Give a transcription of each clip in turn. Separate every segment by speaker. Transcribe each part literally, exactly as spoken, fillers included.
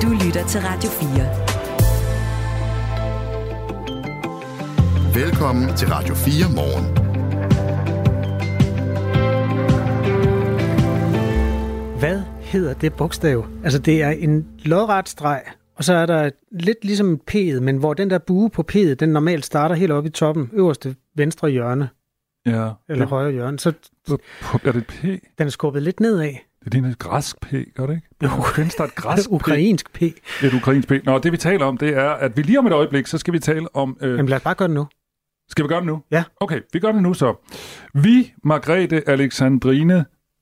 Speaker 1: Du lytter til Radio fire.
Speaker 2: Velkommen til Radio fire Morgen.
Speaker 3: Hvad hedder det bogstav? Altså, det er en lodret streg, og så er der lidt ligesom P'et, men hvor den der bue på P'et, den normalt starter helt oppe i toppen, øverste venstre hjørne.
Speaker 4: Ja.
Speaker 3: Eller
Speaker 4: det,
Speaker 3: højre hjørne. Så
Speaker 4: er det et P?
Speaker 3: Den er skubbet lidt nedad.
Speaker 4: Det er et græsk P, gør det ikke?
Speaker 3: Jo.
Speaker 4: Findes der et græsk P?
Speaker 3: Ukrainsk P.
Speaker 4: Et ukrainsk P. Nå, det vi taler om, det er, at vi lige om et øjeblik, så skal vi tale om... Øh...
Speaker 3: Jamen lad os bare gøre det nu.
Speaker 4: Skal vi gøre det nu?
Speaker 3: Ja.
Speaker 4: Okay, vi gør det nu så. Vi, Margrethe Alexandrine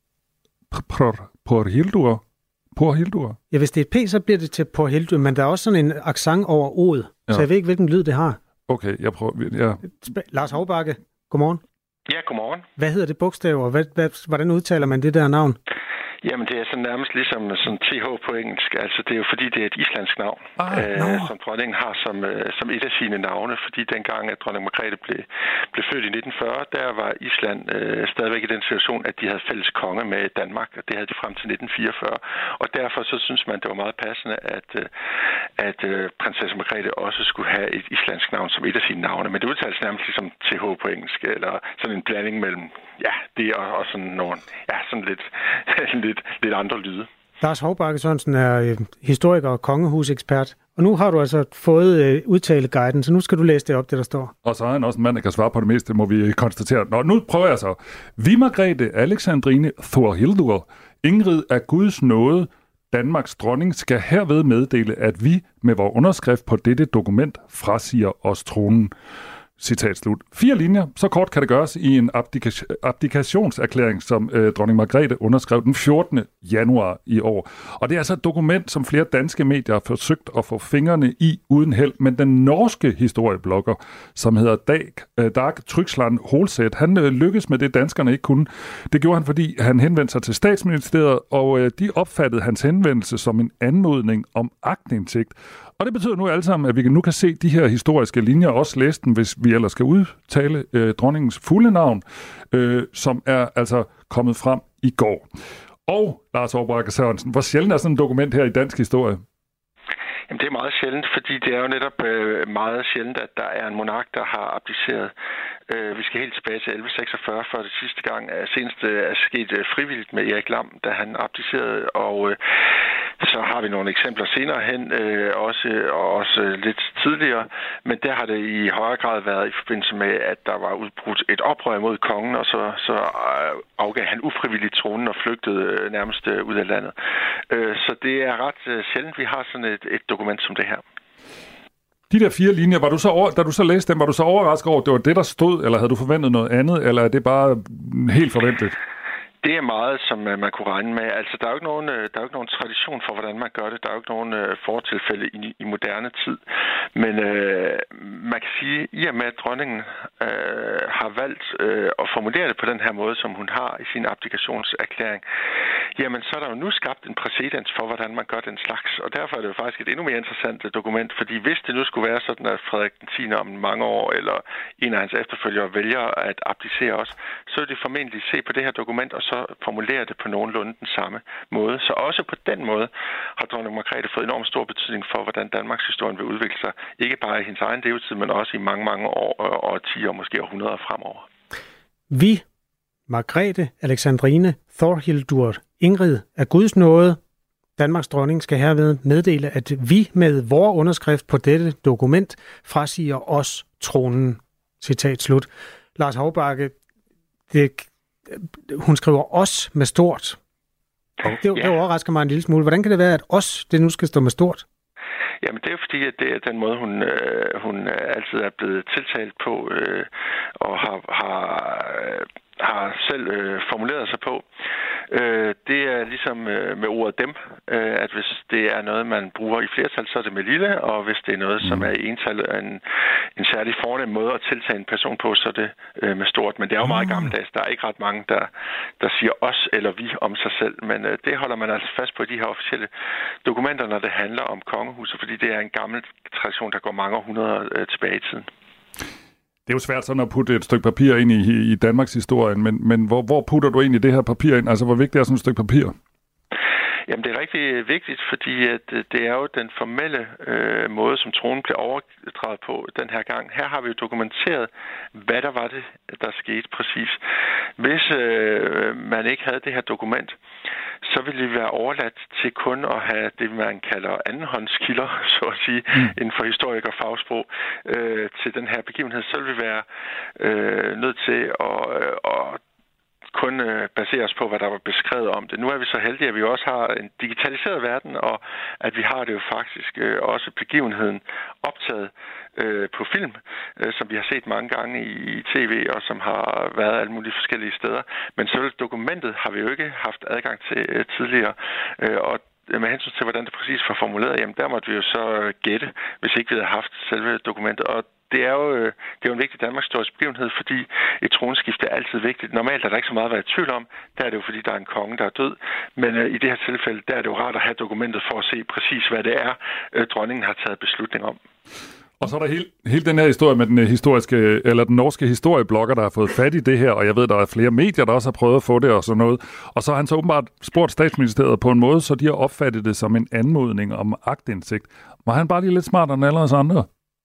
Speaker 4: Porhildur. Porhildur.
Speaker 3: Ja, hvis det er et P, så bliver det til Porhildur, men der er også sådan en accent over O'et, ja. Så jeg ved ikke, hvilken lyd det har.
Speaker 4: Okay, jeg prøver... Ja.
Speaker 3: Lars Hovbakke, godmorgen.
Speaker 5: Ja, godmorgen.
Speaker 3: Hvad hedder det bogstav, og hvad, hvad, hvordan udtaler man det der navn?
Speaker 5: Jamen, det er sådan nærmest ligesom sådan T H på engelsk. Altså, det er jo fordi, det er et islandsk navn,
Speaker 3: ah,
Speaker 5: øh,
Speaker 3: no.
Speaker 5: som dronningen har som, øh, som et af sine navne. Fordi dengang, at dronning Margrethe blev, blev født i nitten fyrre, der var Island øh, stadigvæk i den situation, at de havde fælles konge med Danmark, og det havde de frem til nitten fireogfyrre. Og derfor så synes man, det var meget passende, at, øh, at øh, prinsesse Margrethe også skulle have et islandsk navn som et af sine navne. Men det udtales nærmest ligesom T H på engelsk, eller sådan en blanding mellem ja, det og, og sådan nogle, ja, sådan lidt, lidt, lidt andre lyde.
Speaker 3: Lars Hovbakke Sørensen er øh, historiker og kongehusekspert, og nu har du altså fået øh, udtaleguiden, så nu skal du læse det op, det der står.
Speaker 4: Og så er han også en mand, der kan svare på det meste, må vi konstatere. Nå, nu prøver jeg så. Vi, Margrethe Alexandrine Thorhildur, Ingrid af Guds nåde, Danmarks dronning, skal herved meddele, at vi med vores underskrift på dette dokument frasiger os tronen. Citat slut. Fire linjer, så kort kan det gøres i en abdika- abdikationserklæring, som øh, dronning Margrethe underskrev den fjortende januar i år. Og det er altså et dokument, som flere danske medier har forsøgt at få fingrene i uden held, men den norske historieblogger, som hedder Dag, øh, Dag Tryksland Holset, han øh, lykkedes med det, danskerne ikke kunne. Det gjorde han, fordi han henvendte sig til statsministeriet, og øh, de opfattede hans henvendelse som en anmodning om aktindsigt. Og det betyder nu alle sammen, at vi nu kan se de her historiske linjer, og også læse den, hvis vi ellers skal udtale øh, dronningens fulde navn, øh, som er altså kommet frem i går. Og, Lars Hovbakke Sørensen, hvor sjældent er sådan et dokument her i dansk historie?
Speaker 5: Jamen, det er meget sjældent, fordi det er jo netop øh, meget sjældent, at der er en monark, der har abdiceret. Øh, vi skal helt tilbage til elleve seksogfyrre, før det sidste gang er senest øh, er sket øh, frivilligt med Erik Lam, da han abdicerede, og øh, så har vi nogle eksempler senere hen, øh, også, og også lidt tidligere, men der har det i højere grad været i forbindelse med, at der var udbrudt et oprør mod kongen, og så, så afgav han ufrivilligt tronen og flygtede øh, nærmest øh, ud af landet. Øh, så det er ret øh, sjældent, vi har sådan et, et dokument som det her.
Speaker 4: De der fire linjer, var du så over, da du så læste dem, var du så overrasket over, at det var det, der stod, eller havde du forventet noget andet, eller er det bare helt forventet?
Speaker 5: Det er meget, som man kunne regne med. Altså, der er jo ikke nogen, der er jo ikke nogen tradition for, hvordan man gør det. Der er jo ikke nogen uh, fortilfælde i, i moderne tid. Men uh, man kan sige, at i og med, at dronningen uh, har valgt uh, at formulere det på den her måde, som hun har i sin abdikationserklæring, jamen, så er der jo nu skabt en præcedens for, hvordan man gør den slags. Og derfor er det jo faktisk et endnu mere interessant dokument, fordi hvis det nu skulle være sådan, at Frederik den tiende om mange år, eller en af hans efterfølgere vælger at abdicere os, så vil de formentlig se på det her dokument, og så formulere det på nogenlunde den samme måde. Så også på den måde har dronning Margrethe fået enormt stor betydning for, hvordan Danmarks historie vil udvikle sig. Ikke bare i hendes egen levetid, men også i mange, mange år og årtier, måske århundreder fremover.
Speaker 3: Vi, Margrethe Alexandrine Thorhildur, Ingrid af Guds nåde, Danmarks dronning, skal herved meddele, at vi med vores underskrift på dette dokument frasiger os tronen. Citat slut. Lars Hovbakke, det hun skriver os med stort. Det, det
Speaker 5: ja.
Speaker 3: overrasker mig en lille smule. Hvordan kan det være, at os, det nu skal stå med stort?
Speaker 5: Jamen, det er jo fordi, at det er den måde, hun, øh, hun altid er blevet tiltalt på, øh, og har, har, har selv øh, formuleret sig på. Øh, det er ligesom øh, med ordet dem, øh, at hvis det er noget, man bruger i flertal, så er det med lille, og hvis det er noget, som er i ental, en, en særlig fornem måde at tiltage en person på, så er det øh, med stort. Men det er jo meget gammeldags. Der er ikke ret mange, der, der siger os eller vi om sig selv, men øh, det holder man altså fast på i de her officielle dokumenter, når det handler om kongehuset, fordi det er en gammel tradition, der går mange hundreder øh, tilbage i tiden.
Speaker 4: Det er jo svært sådan at putte et stykke papir ind i, i Danmarks historie, men, men hvor, hvor putter du egentlig det her papir ind? Altså, hvor vigtigt er sådan et stykke papir?
Speaker 5: Jamen, det er rigtig vigtigt, fordi at det er jo den formelle øh, måde, som tronen bliver overdraget på den her gang. Her har vi jo dokumenteret, hvad der var det, der skete præcis. Hvis øh, man ikke havde det her dokument, så ville det være overladt til kun at have det, man kalder andenhåndskilder, så at sige, mm. inden for historik og fagsprog, øh, til den her begivenhed. Så ville vi være øh, nødt til at, øh, at kun øh, basere os på, hvad der var beskrevet om det. Nu er vi så heldige, at vi også har en digitaliseret verden, og at vi har det jo faktisk øh, også begivenheden optaget øh, på film, øh, som vi har set mange gange i, i tv, og som har været alle mulige forskellige steder. Men selv dokumentet har vi jo ikke haft adgang til øh, tidligere, øh, og med hensyn til, hvordan det præcis var formuleret, jamen der måtte vi jo så gætte, hvis ikke vi havde haft selve dokumentet. Og det er jo, det er jo en vigtig danmarkshistorisk begivenhed, fordi et tronskifte er altid vigtigt. Normalt er der ikke så meget at være i tvivl om. Der er det jo, fordi der er en konge, der er død. Men uh, i det her tilfælde, der er det jo rart at have dokumentet for at se præcis, hvad det er, uh, dronningen har taget beslutning om.
Speaker 4: Og så er der hele, hele den her historie med den historiske, eller den norske historieblogger, der har fået fat i det her, og jeg ved, der er flere medier, der også har prøvet at få det og sådan noget. Og så har han så åbenbart spurgt statsministeriet på en måde, så de har opfattet det som en anmodning om aktindsigt. Var han bare lige lidt smartere end alle os andre?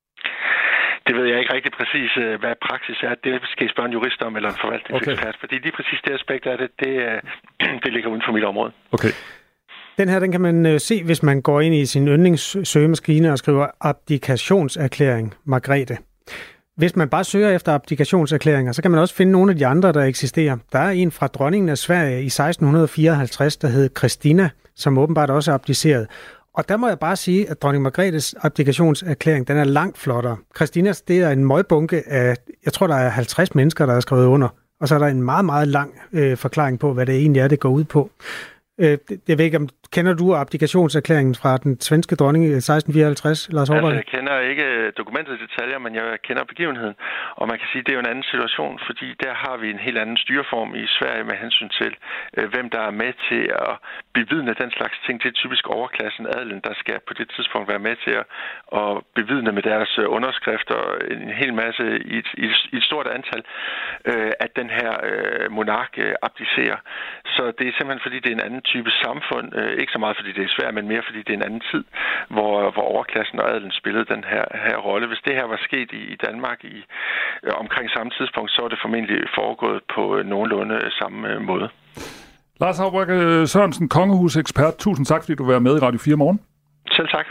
Speaker 5: Det ved jeg ikke rigtig præcis, hvad praksis er. Det skal I spørge en jurist om, eller en forvaltningsekspert, okay. Fordi lige præcis det aspekt af det, det, det ligger uden for mit område.
Speaker 3: Okay. Den her, den kan man se, hvis man går ind i sin yndlingssøgemaskine og skriver abdikationserklæring Margrethe. Hvis man bare søger efter abdikationserklæringer, så kan man også finde nogle af de andre, der eksisterer. Der er en fra dronningen af Sverige i seksten fireoghalvtreds, der hed Kristina, som åbenbart også er abdiceret. Og der må jeg bare sige, at dronning Margrethes abdikationserklæring, den er langt flottere. Kristinas, det er en møgbunke af, jeg tror, der er halvtreds mennesker, der er skrevet under. Og så er der en meget, meget lang øh, forklaring på, hvad det egentlig er, det går ud på. Øh, jeg ved ikke, om kender du abdikationserklæringen fra den svenske dronning i seksten fireoghalvtreds, Lars Hårberg?
Speaker 5: Altså, jeg kender ikke dokumentet i detaljer, men jeg kender begivenheden. Og man kan sige, at det er jo en anden situation, fordi der har vi en helt anden styreform i Sverige med hensyn til, øh, hvem der er med til at bevidne den slags ting. Det er typisk overklassen, adelen, der skal på det tidspunkt være med til at, at bevidne med deres underskrifter en hel masse i et, i et, i et stort antal, øh, at den her øh, monark øh, abdicerer. Så det er simpelthen fordi, det er en anden type samfund. Øh, ikke så meget fordi det er svært, men mere fordi det er en anden tid, hvor, hvor overklassen og adelen spillede den her, her rolle. Hvis det her var sket i, i Danmark i øh, omkring samme tidspunkt, så er det formentlig foregået på øh, nogenlunde samme øh, måde.
Speaker 4: Lars Hårberg Sørensen, kongehusekspert. Tusind tak, fordi du var med i Radio fire Morgen.
Speaker 5: Selv tak.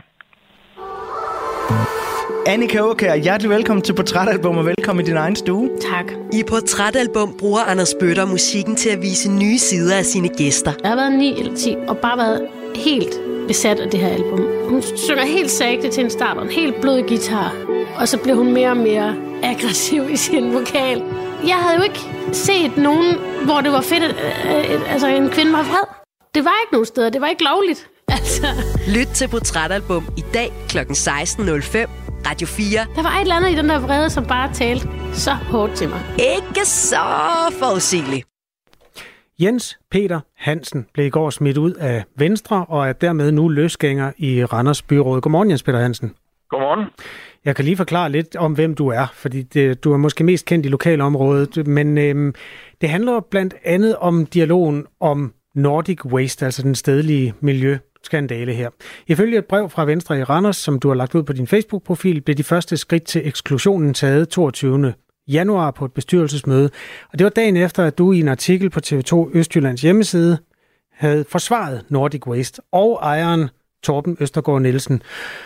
Speaker 1: Annika Aakjær, hjertelig velkommen til Portrætalbum, og velkommen i din egen stue.
Speaker 6: Tak. I Portrætalbum bruger Anders Bøtter musikken til at vise nye sider af sine gæster.
Speaker 7: Jeg har været ni eller ti, og bare været helt besat af det her album. Hun synger helt sagte til en start, og en helt blød guitar. Og så blev hun mere og mere aggressiv i sin vokal. Jeg havde jo ikke set nogen, hvor det var fedt, at øh, altså, en kvinde var vred. Det var ikke nogen steder, det var ikke lovligt. Altså.
Speaker 6: Lyt til Portrætalbum i dag klokken seksten nul fem. Radio fire.
Speaker 7: Der var et eller andet i den der vrede, som bare talte så hårdt til mig.
Speaker 6: Ikke så forudsigeligt.
Speaker 3: Jens Peter Hansen blev i går smidt ud af Venstre og er dermed nu løsgænger i Randers Byråd. Godmorgen, Jens Peter Hansen.
Speaker 8: Godmorgen.
Speaker 3: Jeg kan lige forklare lidt om, hvem du er, fordi det, du er måske mest kendt i lokalområdet, men øhm, det handler blandt andet om dialogen om Nordic Waste, altså den stedlige miljøskandale her. Ifølge et brev fra Venstre i Randers, som du har lagt ud på din Facebook-profil, blev de første skridt til eksklusionen taget toogtyvende januar på et bestyrelsesmøde. Og det var dagen efter, at du i en artikel på T V to Østjyllands hjemmeside havde forsvaret Nordic Waste og ejeren Torben Østergaard Nielsen.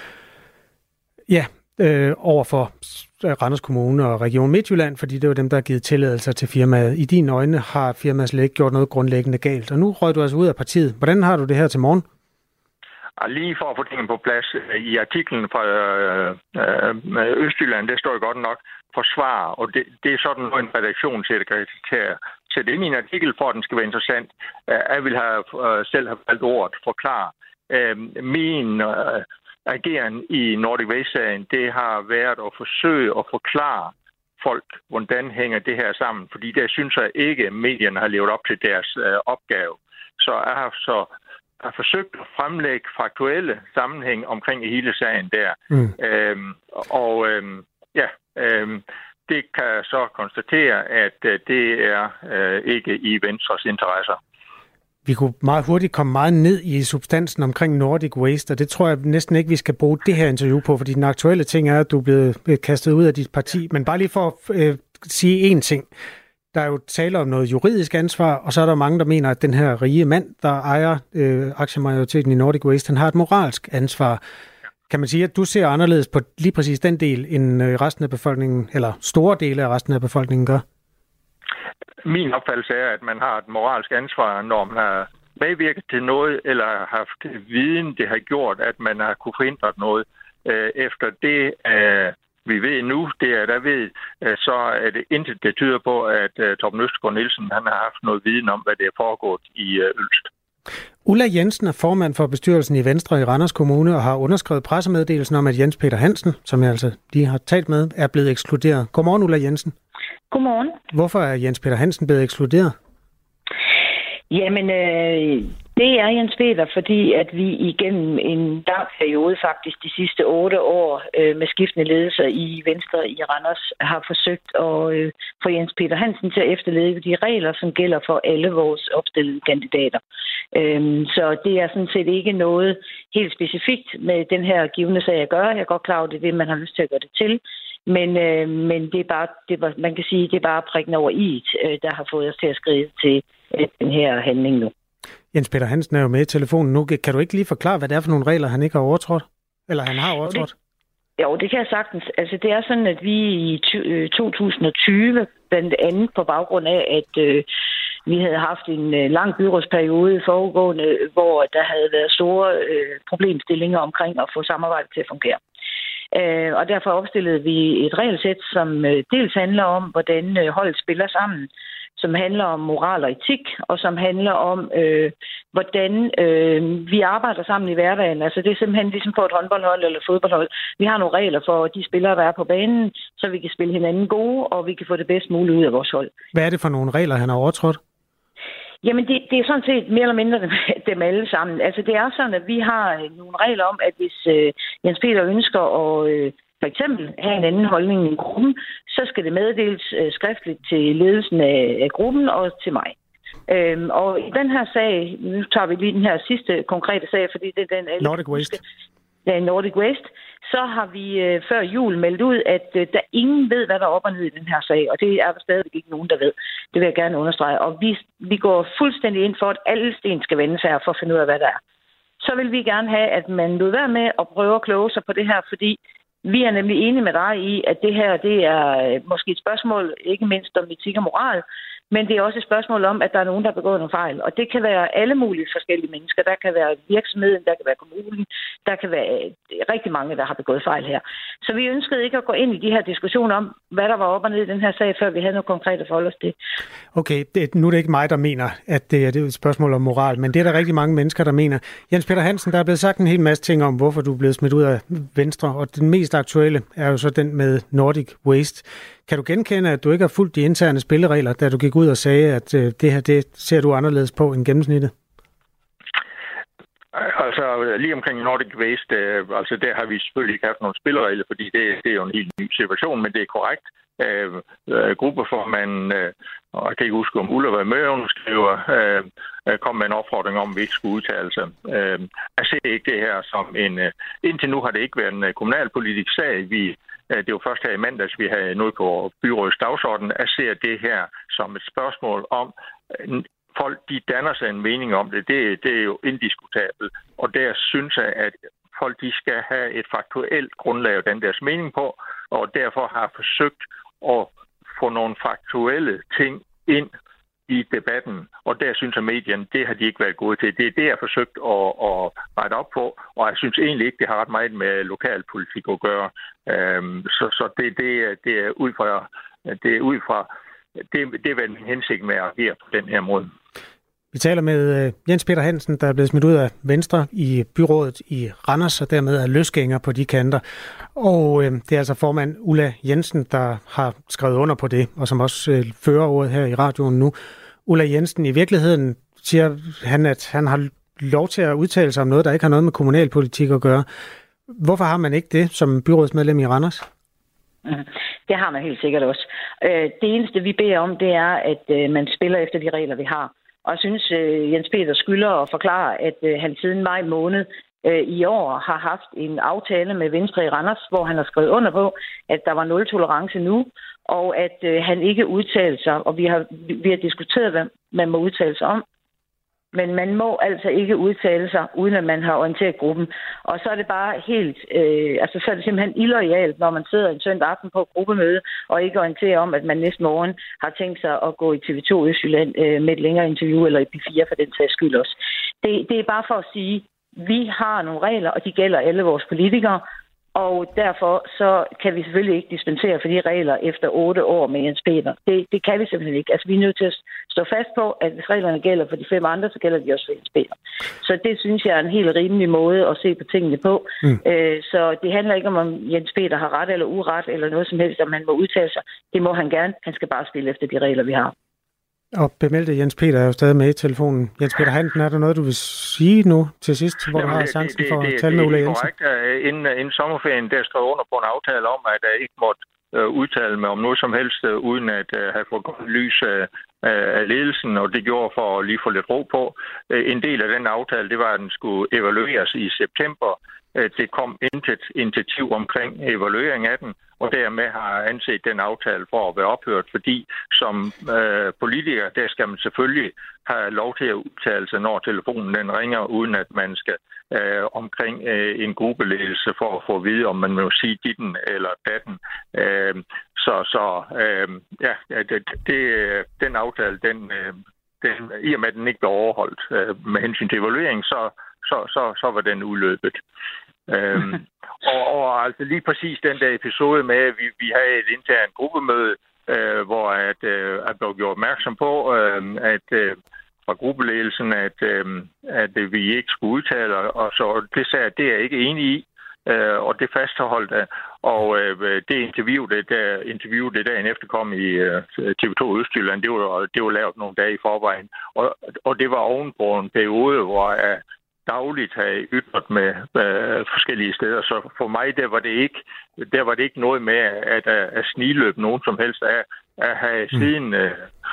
Speaker 3: Ja, øh, over for Randers Kommune og Region Midtjylland, fordi det var dem, der har givet tilladelser til firmaet. I dine øjne har firmaet slet ikke gjort noget grundlæggende galt. Og nu røg du altså ud af partiet. Hvordan har du det her til morgen?
Speaker 8: Lige for at få tingene på plads. I artiklen fra øh, Østjylland, det står jo godt nok forsvar, og det, det er sådan en redaktionssekretær sætte ind i en artikel, for at den skal være interessant. Jeg vil have, øh, selv have valgt ordet forklare. Øh, min øh, ageren i Nordic Waste-sagen, det har været at forsøge at forklare folk, hvordan hænger det her sammen, fordi der synes jeg ikke, at medierne har levet op til deres øh, opgave. Så jeg har så jeg har forsøgt at fremlægge faktuelle sammenhæng omkring hele sagen der. Mm. Øhm, og øhm, ja, øhm, det kan jeg så konstatere, at øh, det er øh, ikke i Venstres interesser.
Speaker 3: Vi kunne meget hurtigt komme meget ned i substansen omkring Nordic Waste, og det tror jeg næsten ikke, vi skal bruge det her interview på, fordi den aktuelle ting er, at du er blevet kastet ud af dit parti. Men bare lige for at øh, sige én ting. Der er jo tale om noget juridisk ansvar, og så er der mange, der mener, at den her rige mand, der ejer øh, aktiemajoriteten i Nordic Waste, han har et moralsk ansvar. Kan man sige, at du ser anderledes på lige præcis den del, end resten af befolkningen, eller store dele af resten af befolkningen gør?
Speaker 8: Min opfattelse er, at man har et moralsk ansvar, når man har medvirket til noget, eller har haft viden, det har gjort, at man har kunne forhindre noget. Efter det, vi ved nu, det er der ved, så er det intet, det tyder på, at Torben Østergaard Nielsen han har haft noget viden om, hvad det er foregået i Ølst.
Speaker 3: Ulla Jensen er formand for bestyrelsen i Venstre i Randers Kommune og har underskrevet pressemeddelelsen om, at Jens Peter Hansen, som jeg altså lige har talt med, er blevet ekskluderet. Godmorgen, Ulla Jensen.
Speaker 9: Godmorgen.
Speaker 3: Hvorfor er Jens Peter Hansen blevet ekskluderet?
Speaker 9: Jamen, øh, det er Jens Peter, fordi at vi igennem en lang periode, faktisk de sidste otte år, øh, med skiftende ledelser i Venstre i Randers, har forsøgt at øh, få Jens Peter Hansen til at efterleve de regler, som gælder for alle vores opstillede kandidater. Øh, så det er sådan set ikke noget helt specifikt med den her givne sag at gøre. Jeg er godt klar over, det er det, man har lyst til at gøre det til. Men, øh, men det er bare, det var, man kan sige, det er bare prikken over i'et, øh, der har fået os til at skrive til øh, den her handling nu.
Speaker 3: Jens Peter Hansen er jo med i telefonen nu. Kan du ikke lige forklare, hvad det er for nogle regler, han ikke har overtrådt? Eller han har overtrådt?
Speaker 9: Jo, det, jo, det kan jeg sagtens. Altså, det er sådan, at vi i to tusind og tyve, blandt andet på baggrund af, at øh, vi havde haft en øh, lang byrådsperiode foregående, hvor der havde været store øh, problemstillinger omkring at få samarbejdet til at fungere. Uh, og derfor opstillede vi et regelsæt, som uh, dels handler om, hvordan uh, holdet spiller sammen, som handler om moral og etik, og som handler om, uh, hvordan uh, vi arbejder sammen i hverdagen. Altså det er simpelthen ligesom på et håndboldhold eller fodboldhold. Vi har nogle regler for de spillere, der er på banen, så vi kan spille hinanden gode, og vi kan få det bedst muligt ud af vores hold.
Speaker 3: Hvad er det for nogle regler, han har overtrådt?
Speaker 9: Jamen, det, det er sådan set mere eller mindre dem, dem alle sammen. Altså, det er sådan, at vi har nogle regler om, at hvis øh, Jens Peter ønsker at øh, for eksempel have en anden holdning i gruppen, så skal det meddeles øh, skriftligt til ledelsen af, af gruppen og til mig. Øhm, og i den her sag, nu tager vi lige den her sidste konkrete sag, fordi det er den...
Speaker 3: Nordic Waste.
Speaker 9: Ja, Nordic Waste. Så har vi øh, før jul meldt ud, at øh, der ingen ved, hvad der er op og ned i den her sag, og det er der stadig ikke nogen, der ved. Det vil jeg gerne understrege. Og vi, vi går fuldstændig ind for, at alle sten skal vendes her for at finde ud af, hvad der er. Så vil vi gerne have, at man lød være med at prøve at kloge sig på det her, fordi vi er nemlig enige med dig i, at det her det er måske et spørgsmål, ikke mindst om etik og moral, men det er også et spørgsmål om, at der er nogen, der har begået nogle fejl. Og det kan være alle mulige forskellige mennesker. Der kan være virksomheden, der kan være kommunen, der kan være rigtig mange, der har begået fejl her. Så vi ønskede ikke at gå ind i de her diskussioner om, hvad der var op og ned i den her sag, før vi havde noget konkret at forholde os til.
Speaker 3: Okay, det, nu er det ikke mig, der mener, at det er, det er et spørgsmål om moral, men det er der rigtig mange mennesker, der mener. Jens Peter Hansen, der er blevet sagt en hel masse ting om, hvorfor du er blevet smidt ud af Venstre, og den mest aktuelle er jo så den med Nordic Waste. Kan du genkende, at du ikke har fulgt de interne spilleregler, da du gik ud og sagde, at øh, det her, det ser du anderledes på end gennemsnittet?
Speaker 8: Altså, lige omkring Nordic Waste, øh, altså der har vi selvfølgelig ikke haft nogle spilleregler, fordi det, det er jo en helt ny situation, men det er korrekt. Øh, øh, gruppeformanden, øh, og jeg kan ikke huske, om Ulla var med, hun skriver, øh, kom med en opfordring om, at vi ikke skulle udtale sig. Øh, jeg ser ikke det her som en... Øh, indtil nu har det ikke været en kommunalpolitisk sag. Vi Det var først her i mandags, vi havde noget på byrådets dagsorden. Jeg ser det her som et spørgsmål om, folk de danner sig en mening om det. Det, det er jo indiskutabelt. Og der synes jeg, at folk de skal have et faktuelt grundlag af den deres mening på, og derfor har forsøgt at få nogle faktuelle ting ind i debatten, og der synes jeg, at medierne, det har de ikke været gode til. Det er det, jeg har forsøgt at, at rette op på, og jeg synes egentlig ikke, det har ret meget med lokalpolitik at gøre. Så, så det, det, det er ud fra, det er ud fra, det, det er min hensigt med at agere på den her måde.
Speaker 3: Vi taler med Jens Peter Hansen, der er blevet smidt ud af Venstre i byrådet i Randers, og dermed er løsgænger på de kanter. Og øh, det er altså formand Ulla Jensen, der har skrevet under på det, og som også øh, fører ordet her i radioen nu. Ulla Jensen, i virkeligheden siger han, at han har lov til at udtale sig om noget, der ikke har noget med kommunalpolitik at gøre. Hvorfor har man ikke det som byrådsmedlem i Randers?
Speaker 9: Det har man helt sikkert også. Det eneste, vi beder om, det er, at man spiller efter de regler, vi har. Og jeg synes, øh, Jens Peter skylder at forklare, at øh, han siden maj måned øh, i år har haft en aftale med Venstre i Randers, hvor han har skrevet under på, at der var nul tolerance nu, og at øh, han ikke udtalte sig. Og vi har, vi har diskuteret, hvad man må udtale sig om. Men man må altså ikke udtale sig, uden at man har orienteret gruppen. Og så er det bare helt, øh, altså så er det simpelthen illoyalt, når man sidder en søndag aften på et gruppemøde, og ikke orienterer om, at man næste morgen har tænkt sig at gå i T V to Østjylland øh, med et længere interview, eller i P fire for den sags skyld også. Det, det er bare for at sige, vi har nogle regler, og de gælder alle vores politikere, og derfor så kan vi selvfølgelig ikke dispensere for de regler efter otte år med Jens Peter. Det, det kan vi simpelthen ikke. Altså, vi er nødt til at stå fast på, at hvis reglerne gælder for de fem andre, så gælder de også for Jens Peter. Så det synes jeg er en helt rimelig måde at se på tingene på. Mm. Øh, så det handler ikke om, om Jens Peter har ret eller uret, eller noget som helst, om han må udtale sig. Det må han gerne. Han skal bare spille efter de regler, vi har.
Speaker 3: Og bemeldte Jens Peter er jo stadig med i telefonen. Jens Peter Hansen, er der noget, du vil sige nu til sidst, hvor Jamen, du har chancen det, det, for at det, tale med Ulla Jensen?
Speaker 8: Det er korrekt. Inden, inden sommerferien, der skrev under på en aftale om, at jeg ikke måtte uh, udtale mig om noget som helst, uh, uden at uh, have fået godt lys af, af ledelsen, og det gjorde for at lige få lidt ro på. Uh, en del af den aftale, det var, at den skulle evalueres i september. Uh, det kom intet initiativ omkring evaluering af den, og dermed har jeg anset den aftale for at være ophørt, fordi som øh, politiker, der skal man selvfølgelig have lov til at udtale sig, når telefonen den ringer, uden at man skal øh, omkring øh, en gruppeledelse for at få at vide, om man må sige ditten eller datten. Øh, så så øh, ja, det, det, den aftale, den, øh, den, i og med at den ikke blev overholdt øh, med hensyn til evaluering, så, så, så, så var den udløbet. øhm, og, og altså lige præcis den der episode med, at vi, vi havde et internt gruppemøde, øh, hvor at, øh, at blev gjort opmærksom på, øh, at øh, fra gruppeledelsen, at, øh, at vi ikke skulle udtale, og så det sagde jeg, det er jeg ikke enig i, øh, og det fastholdt jeg. Og øh, det interview, det der interview, det dagen efter kom i øh, T V to Østjylland, det var, det var lavet nogle dage i forvejen, og, og det var oven på en periode, hvor jeg dagligt have ytret med øh, forskellige steder. Så for mig, der var det ikke, der var det ikke noget med at, at, at snigløbe nogen som helst af at have siden øh,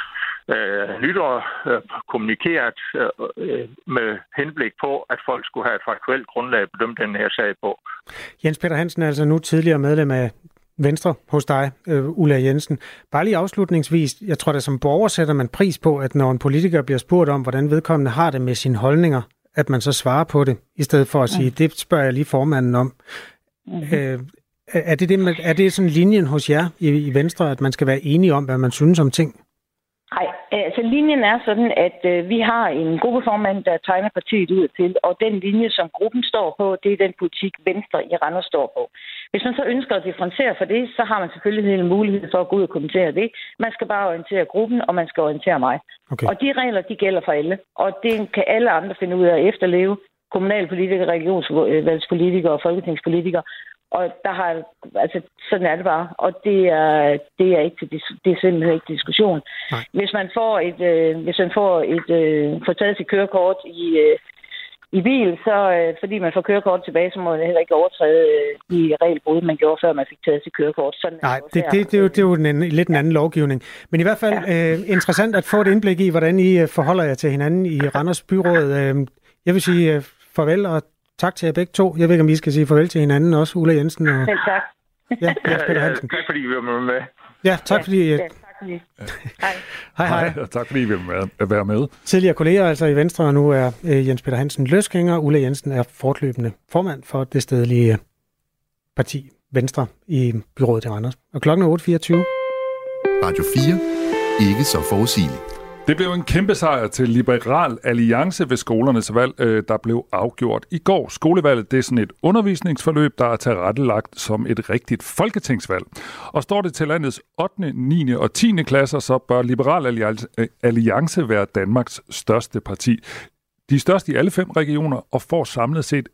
Speaker 8: øh, lyttere øh, kommunikeret øh, med henblik på, at folk skulle have et faktuelt grundlag at bedømme den her sag på.
Speaker 3: Jens Peter Hansen er altså nu tidligere medlem af Venstre hos dig, øh, Ulla Jensen. Bare lige afslutningsvis, jeg tror, at som borger sætter man pris på, at når en politiker bliver spurgt om, hvordan vedkommende har det med sine holdninger, at man så svarer på det, i stedet for at sige, mm. det spørger jeg lige formanden om. Mm-hmm. Øh, er, det det med, er det sådan linjen hos jer i, i Venstre, at man skal være enige om, hvad man synes om ting?
Speaker 9: Nej, altså linjen er sådan, at øh, vi har en gruppeformand, der tegner partiet ud til, og den linje, som gruppen står på, det er den politik, Venstre i Randers står på. Hvis man så ønsker at differentiere for det, så har man selvfølgelig en mulighed for at gå ud og kommentere det. Man skal bare orientere gruppen, og man skal orientere mig. Okay. Og de regler, de gælder for alle, og det kan alle andre finde ud af at efterleve. Kommunalpolitikere, regionsvalgspolitikere og folketingspolitikere. Og der har, altså, sådan er det bare. Og det er, det er, ikke, det er simpelthen ikke diskussion. Nej. Hvis man får et, øh, hvis man får et, øh, får taget sit kørekort i, øh, i bil, så øh, fordi man får kørekort tilbage, så må man heller ikke overtræde øh, de regelbrud, man gjorde, før man fik taget sit kørekort. Sådan
Speaker 3: Nej, det, det, det, er jo, det er jo en, lidt en anden lovgivning. Men i hvert fald ja. øh, interessant at få et indblik i, hvordan I forholder jer til hinanden i Randers Byråd. Øh, jeg vil sige øh, farvel og tak til jer begge to. Jeg ved ikke, om I skal sige farvel til hinanden også, Ulla Jensen. Og...
Speaker 9: Selv tak.
Speaker 3: Ja, Jens Peter Hansen.
Speaker 8: Tak fordi vi var med.
Speaker 3: Ja, tak fordi...
Speaker 9: Ja, tak fordi. Hej.
Speaker 3: Hej, hej.
Speaker 4: hej. Tak fordi vi vil være med.
Speaker 3: Tidligere kolleger altså i Venstre, og nu er øh, Jens Peter Hansen løsgænger. Ulla Jensen er fortløbende formand for det stedlige parti Venstre i byrådet i Randers. Og klokken er otte fireogtyve.
Speaker 2: Radio fire. Ikke så forudsigeligt.
Speaker 4: Det blev en kæmpe sejr til Liberal Alliance ved skolernes valg, der blev afgjort i går. Skolevalget, det er sådan et undervisningsforløb, der er tilrettelagt som et rigtigt folketingsvalg. Og står det til landets ottende, niende og tiende klasser, så bør Liberal Alliance være Danmarks største parti. De er størst i alle fem regioner og får samlet set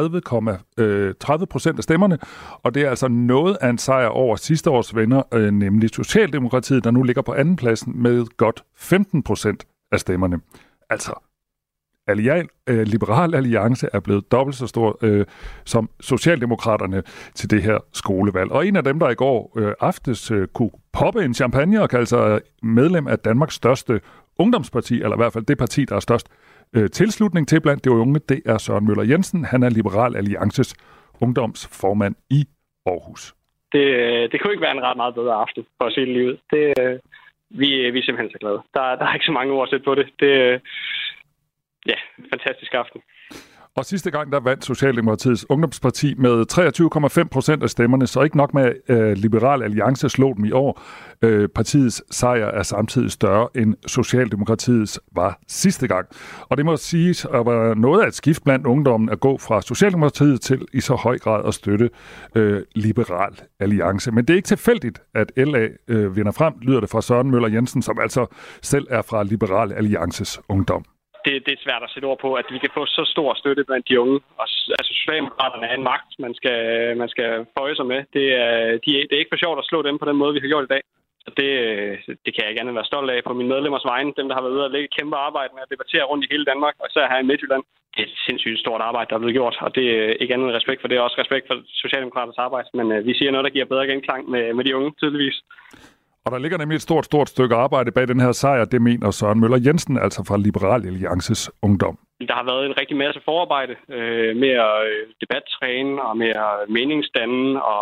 Speaker 4: tredive procent af stemmerne, og det er altså noget af en sejr over sidste års venner, nemlig Socialdemokratiet, der nu ligger på anden pladsen med godt femten procent af stemmerne. Altså, Allial, øh, Liberal Alliance er blevet dobbelt så stor øh, som Socialdemokraterne til det her skolevalg. Og en af dem, der i går øh, aftes øh, kunne poppe en champagne og kalde sig medlem af Danmarks største ungdomsparti, eller i hvert fald det parti, der er størst øh, tilslutning til blandt de unge, det er Søren Møller Jensen. Han er Liberal Alliances ungdomsformand i Aarhus.
Speaker 10: Det, det kunne ikke være en ret meget bedre aften for at se det livet. Det, vi, vi er simpelthen så glade. Der, der er ikke så mange ord at sætte på det. Det ja, fantastisk aften.
Speaker 4: Og sidste gang, der vandt Socialdemokratiets ungdomsparti med treogtyve komma fem procent af stemmerne, så ikke nok med øh, Liberal Alliance slog dem i år. Øh, partiets sejr er samtidig større end Socialdemokratiets var sidste gang. Og det må siges at være noget af et skift blandt ungdommen at gå fra Socialdemokratiet til i så høj grad at støtte øh, Liberal Alliance. Men det er ikke tilfældigt, at L A øh, vinder frem, lyder det fra Søren Møller Jensen, som altså selv er fra Liberal Alliances ungdom.
Speaker 10: Det, det er svært at sætte ord på, at vi kan få så stor støtte blandt de unge. Og, altså, Socialdemokraterne er en magt, man skal, man skal føje sig med. Det er, de, det er ikke for sjovt at slå dem på den måde, vi har gjort i dag. Så det, det kan jeg ikke andet være stolt af på mine medlemmers vegne. Dem, der har været ude og lægge kæmpe arbejde med at debattere rundt i hele Danmark, og især her i Midtjylland. Det er et sindssygt stort arbejde, der er blevet gjort, og det er ikke andet end respekt for det. Er også respekt for Socialdemokraternes arbejde. Men uh, vi siger noget, der giver bedre genklang med, med de unge, tydeligvis.
Speaker 4: Og der ligger nemlig et stort, stort stykke arbejde bag den her sejr, det mener Søren Møller Jensen, altså fra Liberal Alliances ungdom.
Speaker 10: Der har været en rigtig masse forarbejde øh, med at debattræne og med at meningsdanne og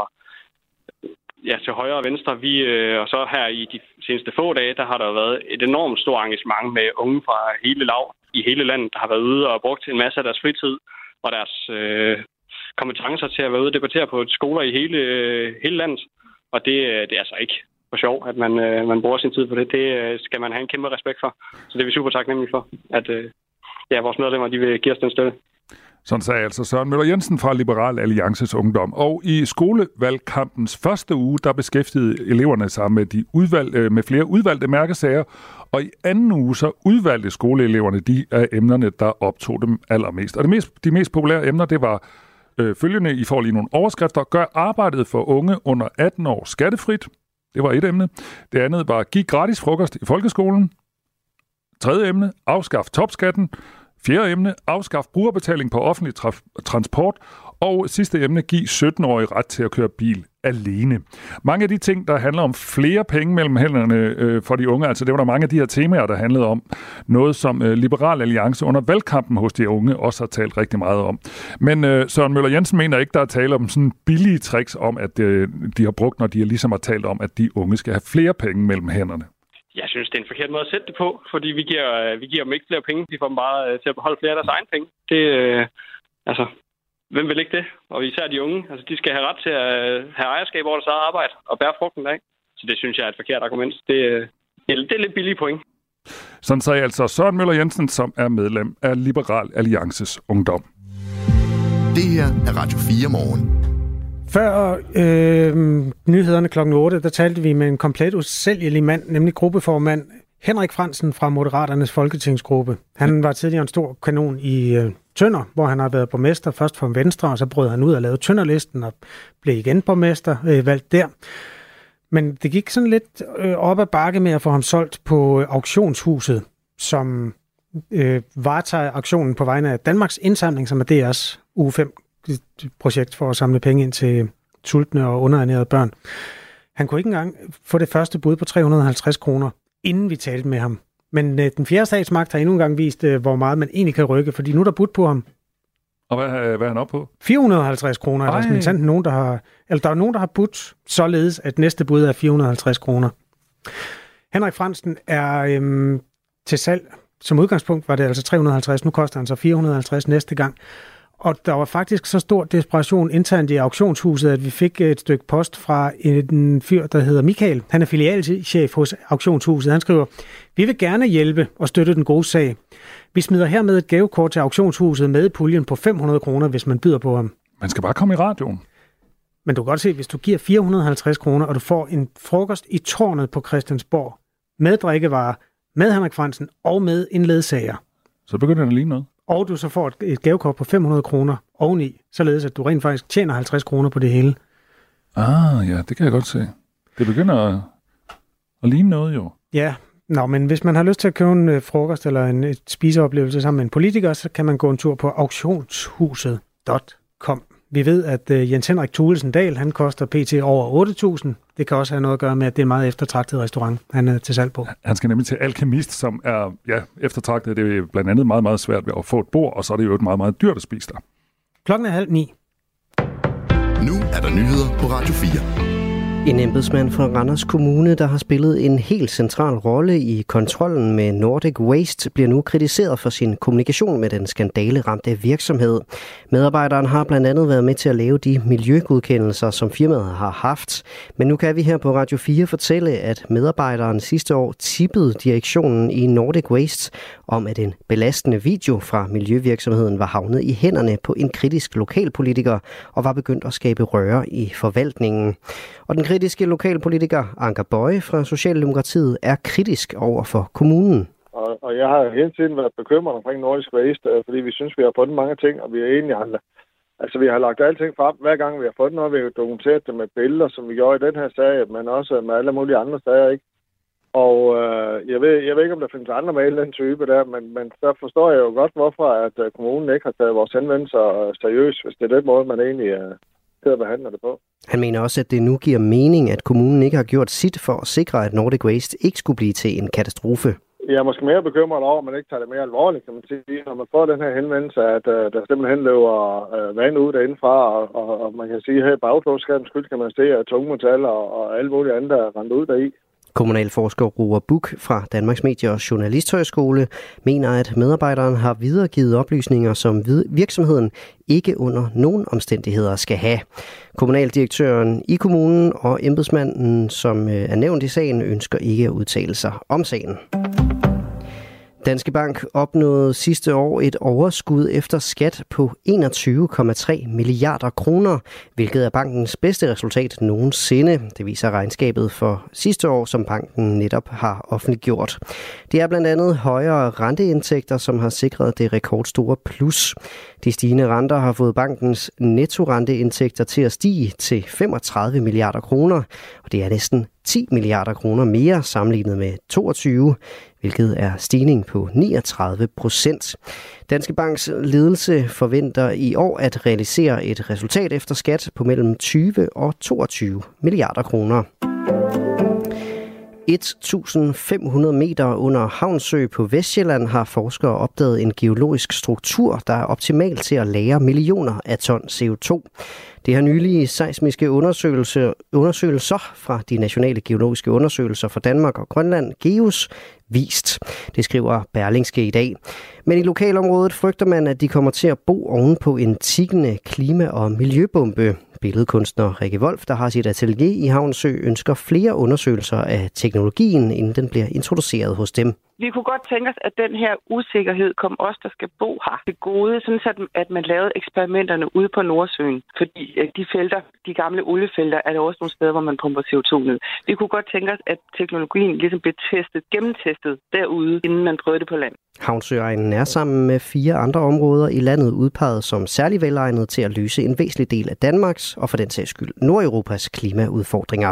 Speaker 10: ja, til højre og venstre. Vi, øh, og så her i de seneste få dage, der har der været et enormt stort engagement med unge fra hele lav i hele landet, der har været ude og brugt en masse af deres fritid og deres øh, kompetencer til at være ude og debattere på skoler i hele, øh, hele landet. Og det, det er altså ikke for sjov, at man, øh, man bruger sin tid på det. Det øh, skal man have en kæmpe respekt for. Så det er vi super taknemmelige for, at øh, ja, vores medlemmer de vil give os den støtte.
Speaker 4: Sådan sagde altså Søren Møller Jensen fra Liberal Alliances Ungdom. Og i skolevalgkampens første uge, der beskæftigede eleverne sig med, de udvalg, med flere udvalgte mærkesager, og i anden uge så udvalgte skoleeleverne de af emnerne, der optog dem allermest. Og det mest, de mest populære emner, det var øh, følgende, I får lige nogle overskrifter. Gør arbejdet for unge under atten år skattefrit. Det var et emne. Det andet var giv gratis frokost i folkeskolen. Tredje emne, afskaf topskatten. Fjerde emne, afskaf brugerbetaling på offentlig tra- transport. Og sidste emne, giv sytten-årige ret til at køre bil alene. Mange af de ting, der handler om flere penge mellem hænderne øh, for de unge, altså det var der mange af de her temaer, der handlede om noget, som øh, Liberal Alliance under valgkampen hos de unge også har talt rigtig meget om. Men øh, Søren Møller Jensen mener ikke, der er tale om sådan billige tricks om, at øh, de har brugt, når de ligesom har talt om, at de unge skal have flere penge mellem hænderne.
Speaker 10: Jeg synes, det er en forkert måde at sætte det på, fordi vi giver, vi giver dem ikke flere penge. De får dem bare øh, til at beholde flere af deres egne penge. Det, øh, altså... Hvem vil ikke det? Og især de unge. Altså, de skal have ret til at have ejerskab over deres eget arbejde og bære frugten af. Så det synes jeg er et forkert argument. Det, det er lidt billige point.
Speaker 4: Sådan sagde altså Søren Møller Jensen, som er medlem af Liberal Alliances Ungdom.
Speaker 2: Det her er Radio fire Morgen.
Speaker 3: Før øh, nyhederne klokken otte, der talte vi med en komplet usælgelig mand, nemlig gruppeformand Henrik Frandsen fra Moderaternes folketingsgruppe. Han var tidligere en stor kanon i øh, Tønder, hvor han har været borgmester, først for Venstre, og så brød han ud og lavede Tønderlisten og blev igen borgmester, øh, valgt der. Men det gik sådan lidt øh, op ad bakke med at få ham solgt på øh, auktionshuset, som øh, varetager aktionen på vegne af Danmarks Indsamling, som er D R's uge fem projekt for at samle penge ind til sultne og underernærede børn. Han kunne ikke engang få det første bud på tre hundrede og halvtreds kroner, inden vi talte med ham. Men øh, den fjerde statsmagt har endnu en gang vist, øh, hvor meget man egentlig kan rykke, fordi nu er der budt på ham.
Speaker 4: Og hvad, hvad er han oppe på?
Speaker 3: fire hundrede og halvtreds kroner. Er der, sådan, nogen, der har, eller der er nogen, der har budt således, at næste bud er fire hundrede og halvtreds kroner. Henrik Frandsen er øhm, til salg. Som udgangspunkt var det altså tre hundrede og halvtreds. Nu koster han så fire hundrede og halvtreds næste gang. Og der var faktisk så stor desperation internt i auktionshuset, at vi fik et stykke post fra en fyr, der hedder Michael. Han er filialchef hos auktionshuset. Han skriver, vi vil gerne hjælpe og støtte den gode sag. Vi smider hermed et gavekort til auktionshuset med puljen på fem hundrede kroner, hvis man byder på ham.
Speaker 4: Man skal bare komme i radioen.
Speaker 3: Men du kan godt se, hvis du giver fire hundrede og halvtreds kroner, og du får en frokost i tårnet på Christiansborg, med drikkevarer, med Henrik Frandsen og med en ledsager.
Speaker 4: Så begynder det at ligne noget.
Speaker 3: Og du så får et, et gavekort på fem hundrede kroner oveni, således at du rent faktisk tjener halvtreds kroner på det hele.
Speaker 4: Ah, ja, det kan jeg godt se. Det begynder at, at ligne noget, jo.
Speaker 3: Ja, nå, men hvis man har lyst til at købe en uh, frokost eller en spiseoplevelse sammen med en politiker, så kan man gå en tur på auktionshuset punktum com. Vi ved, at uh, Jens Henrik Thulesen Dahl, han koster pt. Over otte tusind. Det kan også have noget at gøre med, at det er en meget eftertragtet restaurant, han er til salg på.
Speaker 4: Han skal nemlig til Alkemist, som er ja, eftertragtet. Det er blandt andet meget, meget svært ved at få et bord, og så er det jo et meget, meget dyrt at spise der.
Speaker 3: Klokken er halv ni.
Speaker 2: Nu er der nyheder på Radio fire.
Speaker 11: En embedsmand fra Randers Kommune, der har spillet en helt central rolle i kontrollen med Nordic Waste, bliver nu kritiseret for sin kommunikation med den skandaleramte virksomhed. Medarbejderen har blandt andet været med til at lave de miljøgodkendelser, som firmaet har haft. Men nu kan vi her på Radio fire fortælle, at medarbejderen sidste år tippede direktionen i Nordic Waste om, at en belastende video fra miljøvirksomheden var havnet i hænderne på en kritisk lokalpolitiker og var begyndt at skabe røre i forvaltningen. Og den kritiske lokalpolitiker Anker Boye fra Socialdemokratiet er kritisk over for kommunen.
Speaker 12: Og, og jeg har hele tiden været bekymret omkring Nordic Waste, fordi vi synes, vi har fundet mange ting, og vi er egentlig andre. Altså, vi har lagt alting frem. Hver gang vi har fundet noget, vi har dokumenteret det med billeder, som vi gjorde i den her sag, men også med alle mulige andre sager, ikke? Og øh, jeg, ved, jeg ved ikke, om der findes andre med den type der, men, men så forstår jeg jo godt, hvorfor at øh, kommunen ikke har taget vores henvendelser seriøst, hvis det er den måde, man egentlig øh, sidder og behandler det på.
Speaker 11: Han mener også, at det nu giver mening, at kommunen ikke har gjort sit for at sikre, at Nordic Waste ikke skulle blive til en katastrofe.
Speaker 12: Jeg er måske mere bekymret over, at man ikke tager det mere alvorligt, kan man sige. Når man får den her henvendelse, at uh, der simpelthen løber uh, vand ud derindefra, og, og, og man kan sige, at her i bagklogskabens skyld kan man se, at tungmetaller og, og alle mulige andre er rendt ud deri.
Speaker 11: Kommunalforsker Roar Buch fra Danmarks Medie- og Journalisthøjskole mener, at medarbejderen har videregivet oplysninger, som virksomheden ikke under nogen omstændigheder skal have. Kommunaldirektøren i kommunen og embedsmanden, som er nævnt i sagen, ønsker ikke at udtale sig om sagen. Danske Bank opnåede sidste år et overskud efter skat på enogtyve komma tre milliarder kroner, hvilket er bankens bedste resultat nogensinde. Det viser regnskabet for sidste år, som banken netop har offentliggjort. Det er blandt andet højere renteindtægter, som har sikret det rekordstore plus. De stigende renter har fået bankens nettorenteindtægter til at stige til femogtredive milliarder kroner, og det er næsten ti milliarder kroner mere sammenlignet med toogtyve, hvilket er stigning på niogtredive procent. Danske Banks ledelse forventer i år at realisere et resultat efter skat på mellem tyve og toogtyve milliarder kroner. et tusind fem hundrede meter under Havnsø på Vestsjælland har forskere opdaget en geologisk struktur, der er optimal til at lagre millioner af ton C O to. Det har nylige seismiske undersøgelser, undersøgelser fra de nationale geologiske undersøgelser for Danmark og Grønland, GEOS, vist. Det skriver Berlingske i dag. Men i lokalområdet frygter man, at de kommer til at bo oven på en tikkende klima- og miljøbombe. Billedkunstner Rikke Wolf, der har sit atelier i Havnsø, ønsker flere undersøgelser af teknologien, inden den bliver introduceret hos dem.
Speaker 13: Vi kunne godt tænke os, at den her usikkerhed kom os, der skal bo her, til gode, sådan at man lavede eksperimenterne ude på Nordsøen. Fordi de felter, de gamle oliefelter, er der også nogle steder, hvor man pumper C O to ned. Vi kunne godt tænke os, at teknologien ligesom blev testet, gennemtestet derude, inden man prøvede det på land.
Speaker 11: Havnsøegnen er sammen med fire andre områder i landet udpeget som særlig velegnet til at løse en væsentlig del af Danmarks og for den sags skyld Nordeuropas klimaudfordringer.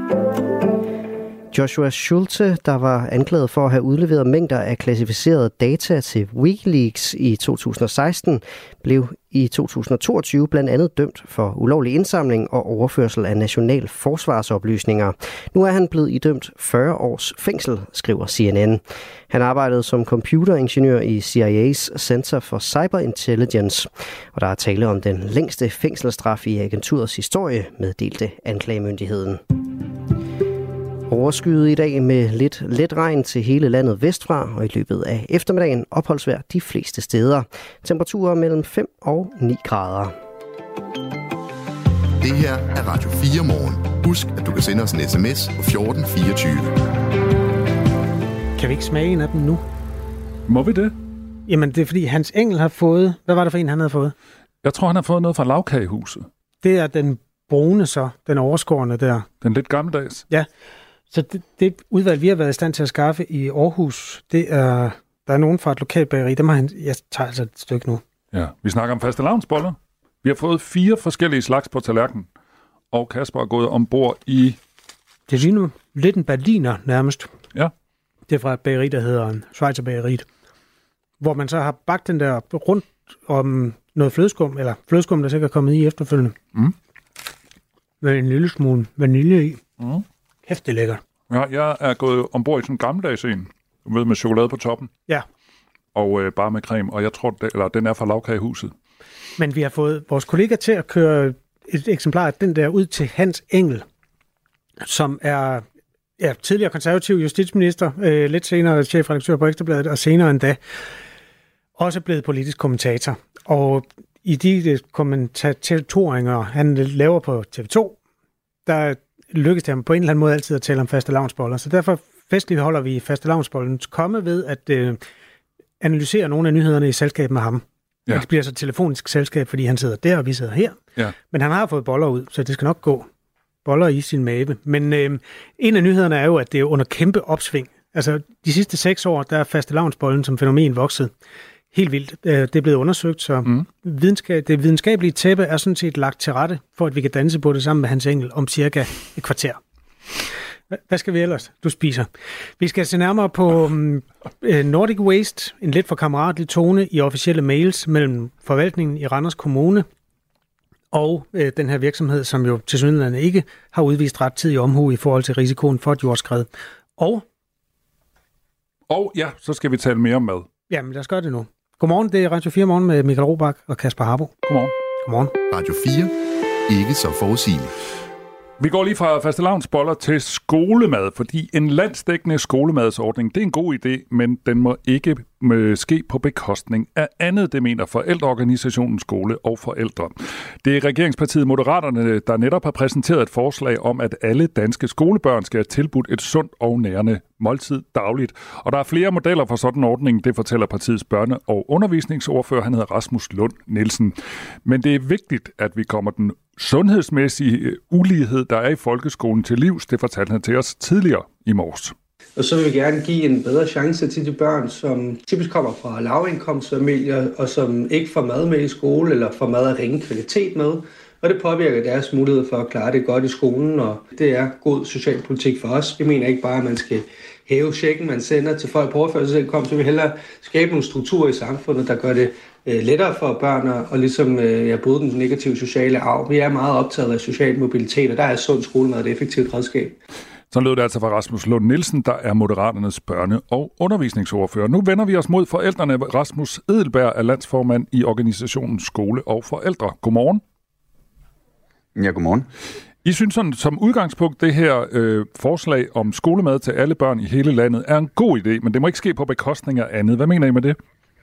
Speaker 11: Joshua Schulte, der var anklaget for at have udleveret mængder af klassificerede data til WikiLeaks i to tusind og seksten, blev i to tusind og toogtyve blandt andet dømt for ulovlig indsamling og overførsel af national forsvarsoplysninger. Nu er han blevet idømt fyrre års fængsel, skriver C N N. Han arbejdede som computeringeniør i C I A's Center for Cyberintelligence, og der er tale om den længste fængselsstraf i agenturets historie, meddelte anklagemyndigheden. Overskyet i dag med lidt let regn til hele landet vestfra, og i løbet af eftermiddagen opholdsvejr de fleste steder. Temperaturer mellem fem og ni grader.
Speaker 2: Det her er Radio fire morgen. Husk, at du kan sende os en sms på fjorten fireogtyve.
Speaker 3: Kan vi ikke smage en af dem nu?
Speaker 4: Må vi det?
Speaker 3: Jamen, det er fordi Hans Engel har fået... Hvad var det for en, han havde fået?
Speaker 4: Jeg tror, han har fået noget fra Lagkagehuset.
Speaker 3: Det er den brune så, den overskårne der.
Speaker 4: Den lidt gammeldags.
Speaker 3: Ja. Så det, det udvalg, vi har været i stand til at skaffe i Aarhus, det er, der er nogen fra et lokalt bageri, dem har han, jeg tager altså et stykke nu.
Speaker 4: Ja, vi snakker om fastelavnsboller. Vi har fået fire forskellige slags på tallerkenen, og Kasper er gået ombord i...
Speaker 3: Det ligner lidt en berliner nærmest.
Speaker 4: Ja.
Speaker 3: Det er fra et bageri, der hedder Schweizer Bageriet, hvor man så har bagt den der rundt om noget flødeskum, eller flødeskum, der sikkert er kommet i efterfølgende.
Speaker 4: Mm.
Speaker 3: Med en lille smule vanilje i.
Speaker 4: Mm.
Speaker 3: Kæft, det er lækkert.
Speaker 4: Ja, jeg er gået ombord i sådan en gammeldags en, med, med chokolade på toppen.
Speaker 3: Ja.
Speaker 4: Og øh, bare med creme, og jeg tror, det, eller den er fra Lavkagehuset.
Speaker 3: Men vi har fået vores kollega til at køre et eksemplar af den der ud til Hans Engel, som er ja, tidligere konservativ justitsminister, øh, lidt senere chefredaktør på Ekstrabladet, og senere endda også blevet politisk kommentator. Og i de kommentatoringer, han laver på T V to, der lykkes det ham på en eller anden måde altid at tale om fastelavnsboller. Så derfor festligt holder vi fastelavnsbollens komme ved at øh, analysere nogle af nyhederne i selskab med ham. Ja. Det bliver så telefonisk selskab, fordi han sidder der, og vi sidder her.
Speaker 4: Ja.
Speaker 3: Men han har fået boller ud, så det skal nok gå. Boller i sin mave. Men øh, en af nyhederne er jo, at det er under kæmpe opsving. Altså, de sidste seks år, der er fastelavnsbollen som fænomen vokset helt vildt. Det er blevet undersøgt, så mm. videnskab, det videnskabelige tæppe er sådan set lagt til rette, for at vi kan danse på det sammen med Hans Engel om cirka et kvarter. Hvad skal vi ellers? Du spiser. Vi skal se nærmere på um, Nordic Waste, en lidt for kammeratlig tone i officielle mails mellem forvaltningen i Randers Kommune og øh, den her virksomhed, som jo tilsyneladende ikke har udvist rettidig omhu i forhold til risikoen for et jordskred. Og?
Speaker 4: Og ja, så skal vi tale mere om mad.
Speaker 3: Jamen, lad os gøre det nu. Godmorgen, det er Radio fire Morgen med Michael Robach og Kasper Harbo.
Speaker 4: Godmorgen.
Speaker 3: Godmorgen.
Speaker 2: Radio fire. Ikke så forudsigende.
Speaker 4: Vi går lige fra fastelavnsboller til skolemad, fordi en landsdækkende skolemadsordning, det er en god idé, men den må ikke ske på bekostning af andet, det mener forældreorganisationen Skole og Forældre. Det er regeringspartiet Moderaterne, der netop har præsenteret et forslag om, at alle danske skolebørn skal have tilbudt et sundt og nærende måltid dagligt. Og der er flere modeller for sådan en ordning, det fortæller partiets børne- og undervisningsordfører, han hedder Rasmus Lund Nielsen. Men det er vigtigt, at vi kommer den sundhedsmæssige ulighed, der er i folkeskolen til livs, det fortalte han til os tidligere i morges.
Speaker 14: Og så vil vi gerne give en bedre chance til de børn, som typisk kommer fra lavindkomstfamilier, og som ikke får mad med i skole, eller får mad af ringe kvalitet med. Og det påvirker deres mulighed for at klare det godt i skolen, og det er god socialpolitik for os. Vi mener ikke bare, at man skal hæve checken, man sender til folk på overførselsindkomst, så vi hellere skabe nogle strukturer i samfundet, der gør det øh, lettere for børn og ligesom øh, ja, bryde den negative sociale arv. Vi er meget optaget af social mobilitet, og der er sund skolemad et effektivt redskab.
Speaker 4: Så lød det altså fra Rasmus Lund Nielsen, der er Moderaternes børne- og undervisningsordfører. Nu vender vi os mod forældrene. Rasmus Edelberg er landsformand i organisationen Skole og Forældre. Godmorgen.
Speaker 15: Ja, godmorgen.
Speaker 4: I synes sådan, som udgangspunkt, det her øh, forslag om skolemad til alle børn i hele landet er en god idé, men det må ikke ske på bekostning af andet. Hvad mener I med det?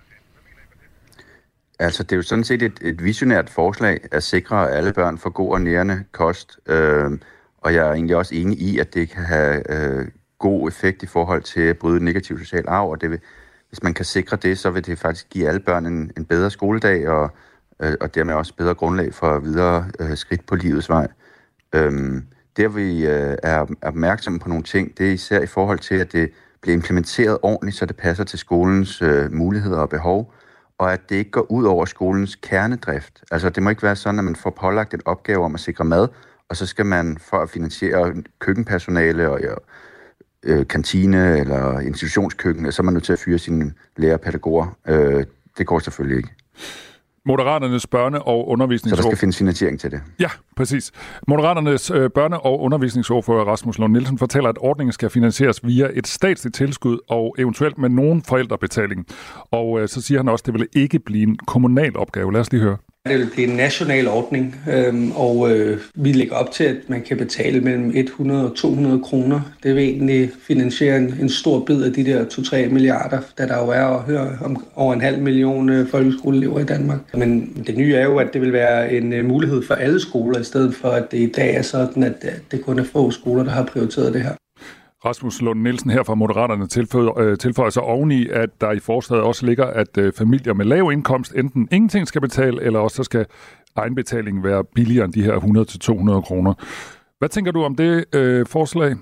Speaker 15: Altså, det er jo sådan set et, et visionært forslag at sikre, at alle børn får god og nærende kost. Øh, og jeg er egentlig også enig i, at det kan have øh, god effekt i forhold til at bryde negativ social arv. Og det vil, hvis man kan sikre det, så vil det faktisk give alle børn en, en bedre skoledag og, øh, og dermed også bedre grundlag for videre øh, skridt på livets vej. Øhm, der vi øh, er opmærksomme på nogle ting, det er især i forhold til, at det bliver implementeret ordentligt, så det passer til skolens øh, muligheder og behov, og at det ikke går ud over skolens kernedrift. Altså det må ikke være sådan, at man får pålagt en opgave om at sikre mad, og så skal man for at finansiere køkkenpersonale og ja, øh, kantine eller institutionskøkken, så er man nødt til at fyre sine lærerpædagoger. Øh, det går selvfølgelig ikke.
Speaker 4: Moderaternes børne- og undervisningsordfører...
Speaker 15: Så der skal findes finansiering til det.
Speaker 4: Ja, præcis. Moderaternes øh, børne- og undervisningsordfører Rasmus Lund Nielsen fortæller, at ordningen skal finansieres via et statsligt tilskud og eventuelt med nogen forældrebetaling. Og øh, så siger han også, at det vil ikke blive en kommunal opgave. Lad os lige høre.
Speaker 14: Det vil blive en national ordning, øhm, og øh, vi lægger op til, at man kan betale mellem hundrede og to hundrede kroner. Det vil egentlig finansiere en, en stor bid af de der to til tre milliarder, da der jo er at høre om over en halv million øh, folkeskoleelever i Danmark. Men det nye er jo, at det vil være en øh, mulighed for alle skoler, i stedet for at det i dag er sådan, at, at det kun er få skoler, der har prioriteret det her.
Speaker 4: Rasmus Lund Nielsen her fra Moderaterne tilføjer, øh, tilføjer sig oveni, at der i forslaget også ligger, at øh, familier med lav indkomst enten ingenting skal betale, eller også så skal egenbetalingen være billigere end de her hundrede til to hundrede kroner. Hvad tænker du om det øh, forslag?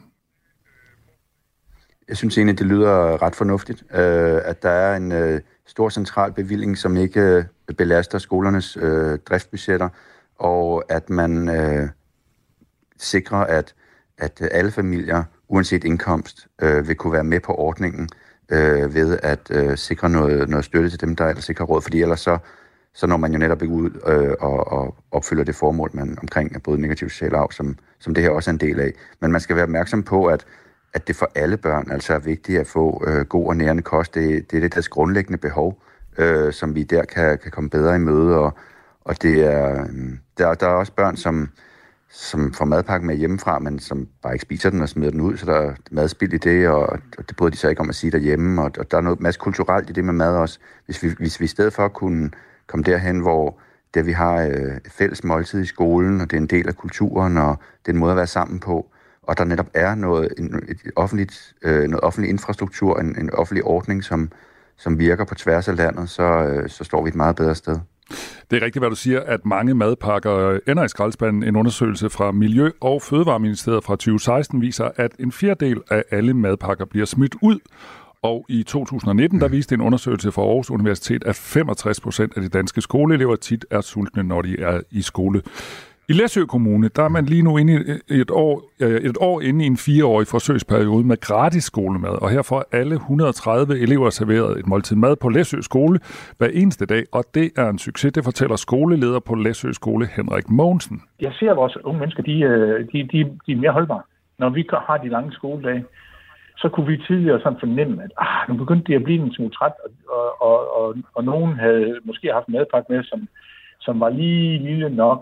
Speaker 15: Jeg synes egentlig, det lyder ret fornuftigt, øh, at der er en øh, stor central bevilling, som ikke øh, belaster skolernes øh, driftbudgetter, og at man øh, sikrer, at, at alle familier uanset indkomst, øh, vil kunne være med på ordningen øh, ved at øh, sikre noget, noget støtte til dem, der ellers ikke har råd. Fordi ellers så så når man jo netop ikke ud øh, og, og opfylder det formål, man omkring at bryde negativ social arv, som, som det her også er en del af. Men man skal være opmærksom på, at, at det for alle børn altså er vigtigt at få øh, god og nærende kost. Det, det er det deres grundlæggende behov, øh, som vi der kan, kan komme bedre i møde. Og, og det er, der, der er også børn, som, som får madpakken med hjemmefra, men som bare ikke spiser den og smider den ud, så der er madspild i det, og, og det bryder de så ikke om at sige derhjemme. Og, og der er noget masse kulturelt i det med mad også. Hvis vi, hvis vi i stedet for kunne komme derhen, hvor det vi har øh, fælles måltid i skolen, og det er en del af kulturen, og det er en måde at være sammen på, og der netop er noget, en, et offentligt, øh, noget offentlig infrastruktur, en, en offentlig ordning, som, som virker på tværs af landet, så, øh, så står vi et meget bedre sted.
Speaker 4: Det er rigtigt, hvad du siger, at mange madpakker ender i skraldespanden. En undersøgelse fra Miljø- og Fødevareministeriet fra tyve seksten viser, at en fjerdedel af alle madpakker bliver smidt ud. Og i to tusind nitten, der viste en undersøgelse fra Aarhus Universitet, at femogtres procent af de danske skoleelever tit er sultne, når de er i skole. I Læsø Kommune, der er man lige nu inde i et år, et år inde i en fireårig forsøgsperiode med gratis skolemad, og her får alle et hundrede og tredive elever serveret et måltid mad på Læsø Skole hver eneste dag, og det er en succes, det fortæller skoleleder på Læsø Skole, Henrik Mogensen.
Speaker 16: Jeg ser, at vores unge mennesker, de, de, de, de er mere holdbare. Når vi har de lange skoledage, så kunne vi tidligere sådan fornemme, at ah, nu begyndte de at blive en smule træt, og, og, og, og nogen havde måske haft madpakke med, som, som var lige lille nok.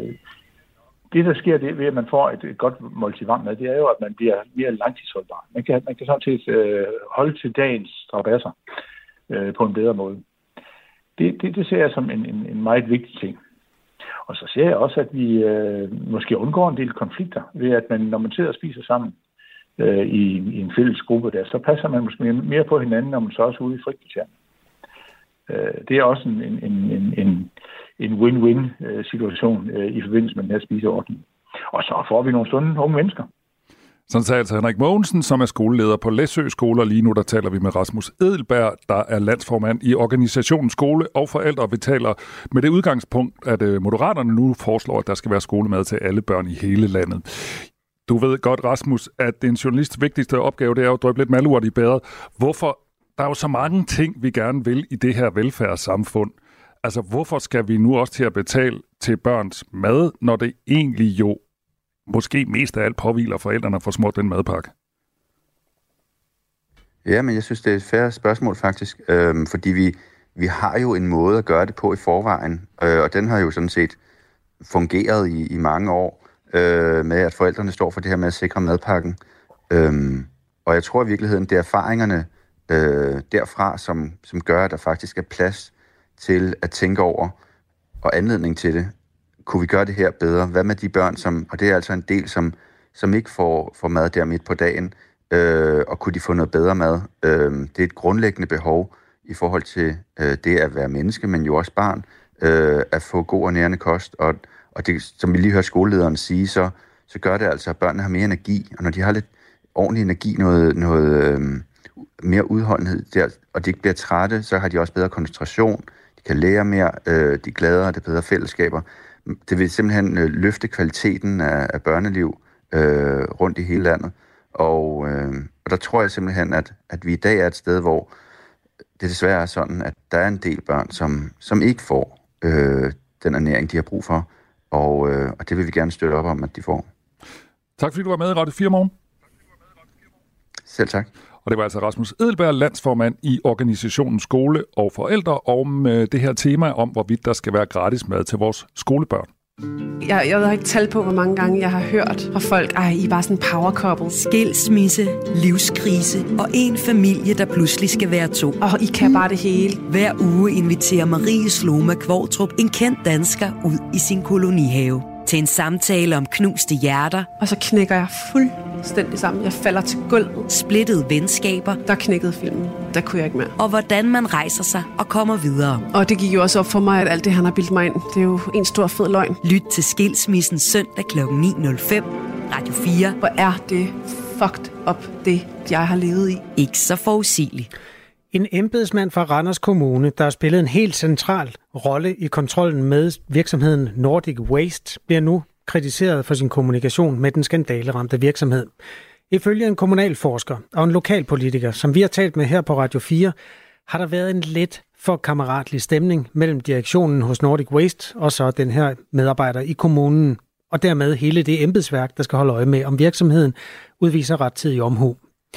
Speaker 16: Det, der sker det ved, at man får et, et godt måltid varmt mad, det er jo, at man bliver mere langtidsholdbar. Man kan, man kan sådan set øh, holde til dagens strabasser øh, på en bedre måde. Det, det, det ser jeg som en, en, en meget vigtig ting. Og så ser jeg også, at vi øh, måske undgår en del konflikter ved, at man, når man sidder og spiser sammen, I, i en fælles gruppe der, så passer man måske mere på hinanden, når man så også er ude i frikvartererne. Det er også en, en, en, en, en win-win situation i forbindelse med den her spiseordning. Og så får vi nogle sunde unge mennesker.
Speaker 4: Sådan sagde altså Henrik Mogensen, som er skoleleder på Læsø Skole, og lige nu der taler vi med Rasmus Edelberg, der er landsformand i organisationen Skole og Forældre. Vi taler med det udgangspunkt, at Moderaterne nu foreslår, at der skal være skolemad til alle børn i hele landet. Du ved godt, Rasmus, at det er en journalists vigtigste opgave, det er jo at drøbe lidt malurt i bæret. Hvorfor? Der er jo så mange ting, vi gerne vil i det her velfærdssamfund. Altså, hvorfor skal vi nu også til at betale til børns mad, når det egentlig jo måske mest af alt påhviler forældrene for små den madpakke?
Speaker 15: Ja, men jeg synes, det er et fair spørgsmål faktisk, øhm, fordi vi, vi har jo en måde at gøre det på i forvejen, øh, og den har jo sådan set fungeret i, i mange år. Øh, med at forældrene står for det her med at sikre madpakken. Øhm, og jeg tror i virkeligheden, det er erfaringerne øh, derfra, som, som gør, at der faktisk er plads til at tænke over, og anledning til det. Kunne vi gøre det her bedre? Hvad med de børn, som, og det er altså en del, som, som ikke får, får mad der midt på dagen, øh, og kunne de få noget bedre mad? Øh, det er et grundlæggende behov i forhold til øh, det at være menneske, men jo også barn, øh, at få god og nærende kost, og Og det, som vi lige hørte skolelederen sige, så, så gør det altså, at børnene har mere energi. Og når de har lidt ordentlig energi, noget, noget øh, mere udholdenhed, der, og de ikke bliver trætte, så har de også bedre koncentration. De kan lære mere, øh, de er gladere, det er bedre fællesskaber. Det vil simpelthen øh, løfte kvaliteten af, af børneliv øh, rundt i hele landet. Og, øh, og der tror jeg simpelthen, at, at vi i dag er et sted, hvor det desværre er sådan, at der er en del børn, som, som ikke får øh, den ernæring, de har brug for. Og, øh, og det vil vi gerne støtte op om, at de får.
Speaker 4: Tak fordi du var med i Radio fire Morgen.
Speaker 15: Selv tak.
Speaker 4: Og det var altså Rasmus Edelberg, landsformand i organisationen Skole og Forældre, om øh, det her tema om, hvorvidt der skal være gratis mad til vores skolebørn.
Speaker 17: Jeg, jeg har ikke talt på, hvor mange gange jeg har hørt fra folk, ej, I er bare sådan en power couple.
Speaker 18: Skilsmisse, livskrise og en familie, der pludselig skal være to.
Speaker 17: Og I kan bare det hele.
Speaker 18: Hver uge inviterer Marie Sloma Kvortrup en kendt dansker ud i sin kolonihave til en samtale om knuste hjerter.
Speaker 17: Og så knækker jeg fuldstændig sammen. Jeg falder til gulvet.
Speaker 18: Splittede venskaber.
Speaker 17: Der knækkede filmen. Der kunne jeg ikke mere.
Speaker 18: Og hvordan man rejser sig og kommer videre.
Speaker 17: Og det gik jo også op for mig, at alt det, han har bildt mig ind, det er jo en stor fed løgn.
Speaker 18: Lyt til Skilsmissen søndag klokken ni nul fem. Radio fire.
Speaker 17: Hvor er det fucked up, det jeg har levet i.
Speaker 18: Ikke så forudsigeligt.
Speaker 3: En embedsmand fra Randers Kommune, der har spillet en helt central rolle i kontrollen med virksomheden Nordic Waste, bliver nu kritiseret for sin kommunikation med den skandaleramte virksomhed. Ifølge en kommunalforsker og en lokalpolitiker, som vi har talt med her på Radio fire, har der været en lidt for kammeratlig stemning mellem direktionen hos Nordic Waste og så den her medarbejder i kommunen, og dermed hele det embedsværk, der skal holde øje med, om virksomheden udviser rettidig omhu.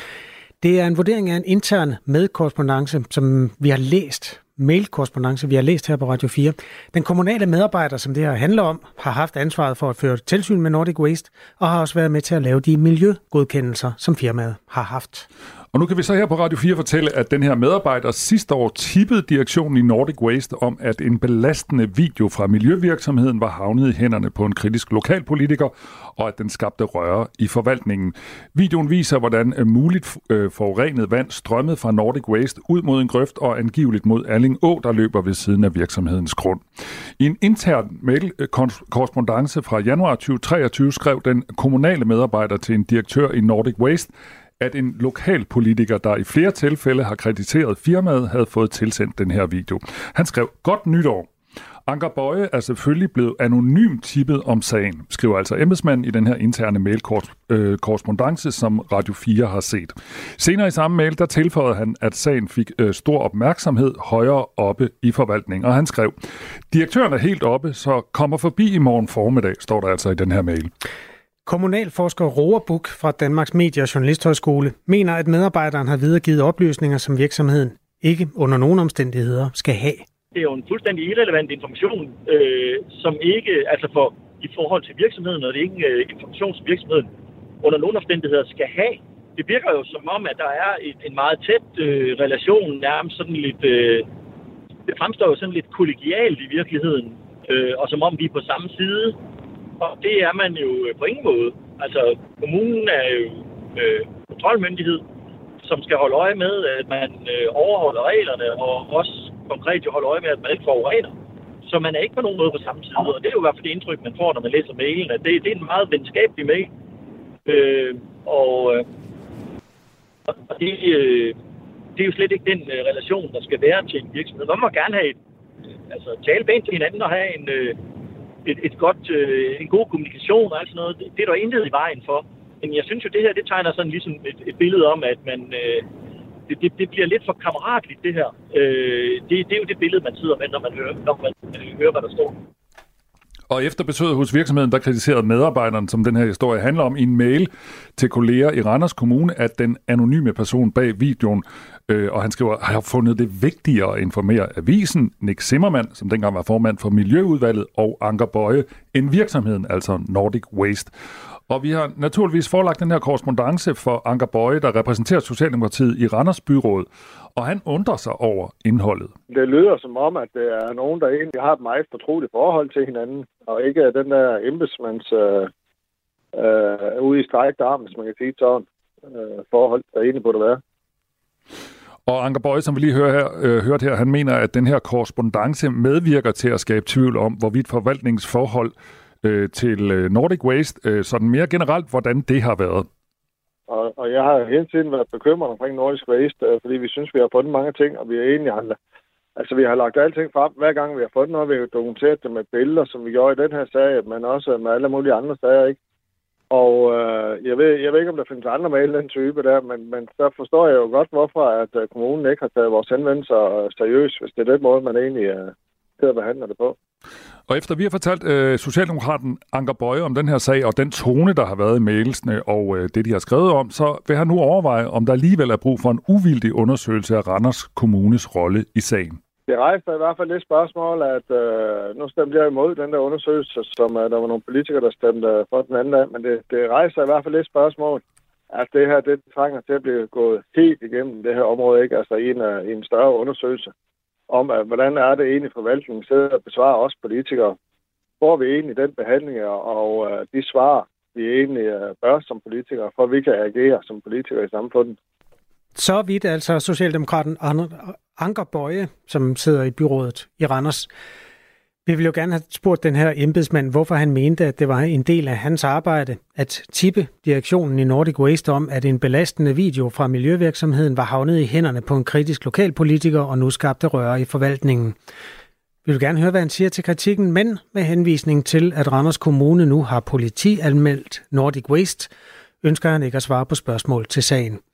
Speaker 3: Det er en vurdering af en intern medkorrespondance, som vi har læst, mailkorrespondance, vi har læst her på Radio fire. Den kommunale medarbejder, som det her handler om, har haft ansvaret for at føre tilsyn med Nordic Waste, og har også været med til at lave de miljøgodkendelser, som firmaet har haft.
Speaker 4: Og nu kan vi så her på Radio fire fortælle, at den her medarbejder sidste år tippede direktionen i Nordic Waste om, at en belastende video fra miljøvirksomheden var havnet i hænderne på en kritisk lokalpolitiker, og at den skabte røre i forvaltningen. Videoen viser, hvordan muligt forurenet vand strømmede fra Nordic Waste ud mod en grøft og angiveligt mod Alling Å, der løber ved siden af virksomhedens grund. I en intern mail-korrespondance fra januar tyve treogtyve skrev den kommunale medarbejder til en direktør i Nordic Waste, at en lokalpolitiker, der i flere tilfælde har kritiseret firmaet, havde fået tilsendt den her video. Han skrev, godt nytår. Anker Boye er selvfølgelig blevet anonymt tippet om sagen, skriver altså embedsmanden i den her interne mail-korrespondance, som Radio fire har set. Senere i samme mail, der tilføjede han, at sagen fik øh, stor opmærksomhed højere oppe i forvaltningen. Og han skrev, direktøren er helt oppe, så kommer forbi i morgen formiddag, står der altså i den her mail.
Speaker 3: Kommunalforsker Roar Buch fra Danmarks Medie- og Journalisthøjskole mener, at medarbejderen har videregivet oplysninger, som virksomheden ikke under nogen omstændigheder skal have.
Speaker 19: Det er jo en fuldstændig irrelevant information, øh, som ikke, altså for i forhold til virksomheden, og det er ikke øh, information, som virksomheden under nogen omstændigheder skal have. Det virker jo som om, at der er et, en meget tæt øh, relation, nærmest sådan lidt, øh, det fremstår jo sådan lidt kollegialt i virkeligheden, øh, og som om vi er på samme side. Og det er man jo på ingen måde. Altså, kommunen er jo øh, kontrolmyndighed, som skal holde øje med, at man øh, overholder reglerne, og også konkret jo holde øje med, at man ikke forurener. Så man er ikke på nogen måde på samme side, og det er jo i hvert fald det indtryk, man får, når man læser mailen, at det, det er en meget venskabelig mail. Øh, og øh, og det, øh, det er jo slet ikke den øh, relation, der skal være til en virksomhed. Man må gerne have et, øh, altså, tale pænt til hinanden og have en... Øh, Et, et godt, øh, en god kommunikation og alt sådan noget, det, det er der intet i vejen for. Men jeg synes jo, det her, det tegner sådan ligesom et, et billede om, at man, øh, det, det, det bliver lidt for kammeratligt, det her. Øh, det, det er jo det billede, man sidder med, når man hører, når man øh, hører hvad der står.
Speaker 4: Og efter besøget hos virksomheden, der kritiserede medarbejderen, som den her historie handler om, i en mail til kolleger i Randers Kommune, at den anonyme person bag videoen, øh, og han skriver, har fundet det vigtigere at informere avisen, Nick Zimmermann, som dengang var formand for Miljøudvalget, og Anker Boye, end virksomheden, altså Nordic Waste. Og vi har naturligvis forelagt den her korrespondance for Anker Boye, der repræsenterer Socialdemokratiet i Randers Byråd, og han undrer sig over indholdet.
Speaker 12: Det lyder som om, at det er nogen, der egentlig har et meget fortroligt forhold til hinanden, og ikke den der embedsmands øh, øh, ude i strækt arm, hvis man kan sige sådan, øh, forhold, der egentlig burde være.
Speaker 4: Og Anker Boye, som vi lige hører her, øh, hørt her, han mener, at den her korrespondance medvirker til at skabe tvivl om, hvorvidt forvaltningsforhold øh, til øh, Nordic Waste, øh, sådan mere generelt, hvordan det har været.
Speaker 12: Og, og jeg har hele tiden været bekymret omkring Nordic Waste, øh, fordi vi synes, vi har fundet mange ting, og vi er egentlig handlet. Altså, vi har lagt alting frem. Hver gang vi har fundet noget, vi har dokumenteret det med billeder, som vi gjorde i den her sag, men også med alle mulige andre sager, ikke? Og øh, jeg, ved, jeg ved ikke, om der findes andre med den type der, men, men så forstår jeg jo godt, hvorfor at øh, kommunen ikke har taget vores henvendelser seriøst, hvis det er den måde, man egentlig øh, sidder og behandler det på.
Speaker 4: Og efter vi har fortalt øh, Socialdemokraten Anker Boye om den her sag, og den tone, der har været i mailsene, og øh, det, de har skrevet om, så vil han nu overveje, om der alligevel er brug for en uvildig undersøgelse af Randers Kommunes rolle i sagen.
Speaker 12: Det rejser i hvert fald det spørgsmål, at øh, nu stemte jeg imod den der undersøgelse, som øh, der var nogle politikere, der stemte for den anden af, men det, det rejser i hvert fald det spørgsmål, at det her, det trænger til at blive gået helt igennem det her område, ikke? Altså i en, uh, i en større undersøgelse om, at, hvordan er det egentlig forvaltningen sidder og besvarer os politikere. Får vi egentlig den behandling og uh, de svar, vi egentlig uh, bør som politikere, for at vi kan agere som politikere i samfundet.
Speaker 3: Så vidt altså Socialdemokraten Anker Boye, som sidder i byrådet i Randers. Vi vil jo gerne have spurgt den her embedsmand, hvorfor han mente, at det var en del af hans arbejde at tippe direktionen i Nordic Waste om, at en belastende video fra miljøvirksomheden var havnet i hænderne på en kritisk lokalpolitiker og nu skabte røre i forvaltningen. Vi vil gerne høre, hvad han siger til kritikken, men med henvisning til, at Randers Kommune nu har politianmeldt Nordic Waste, ønsker han ikke at svare på spørgsmål til sagen.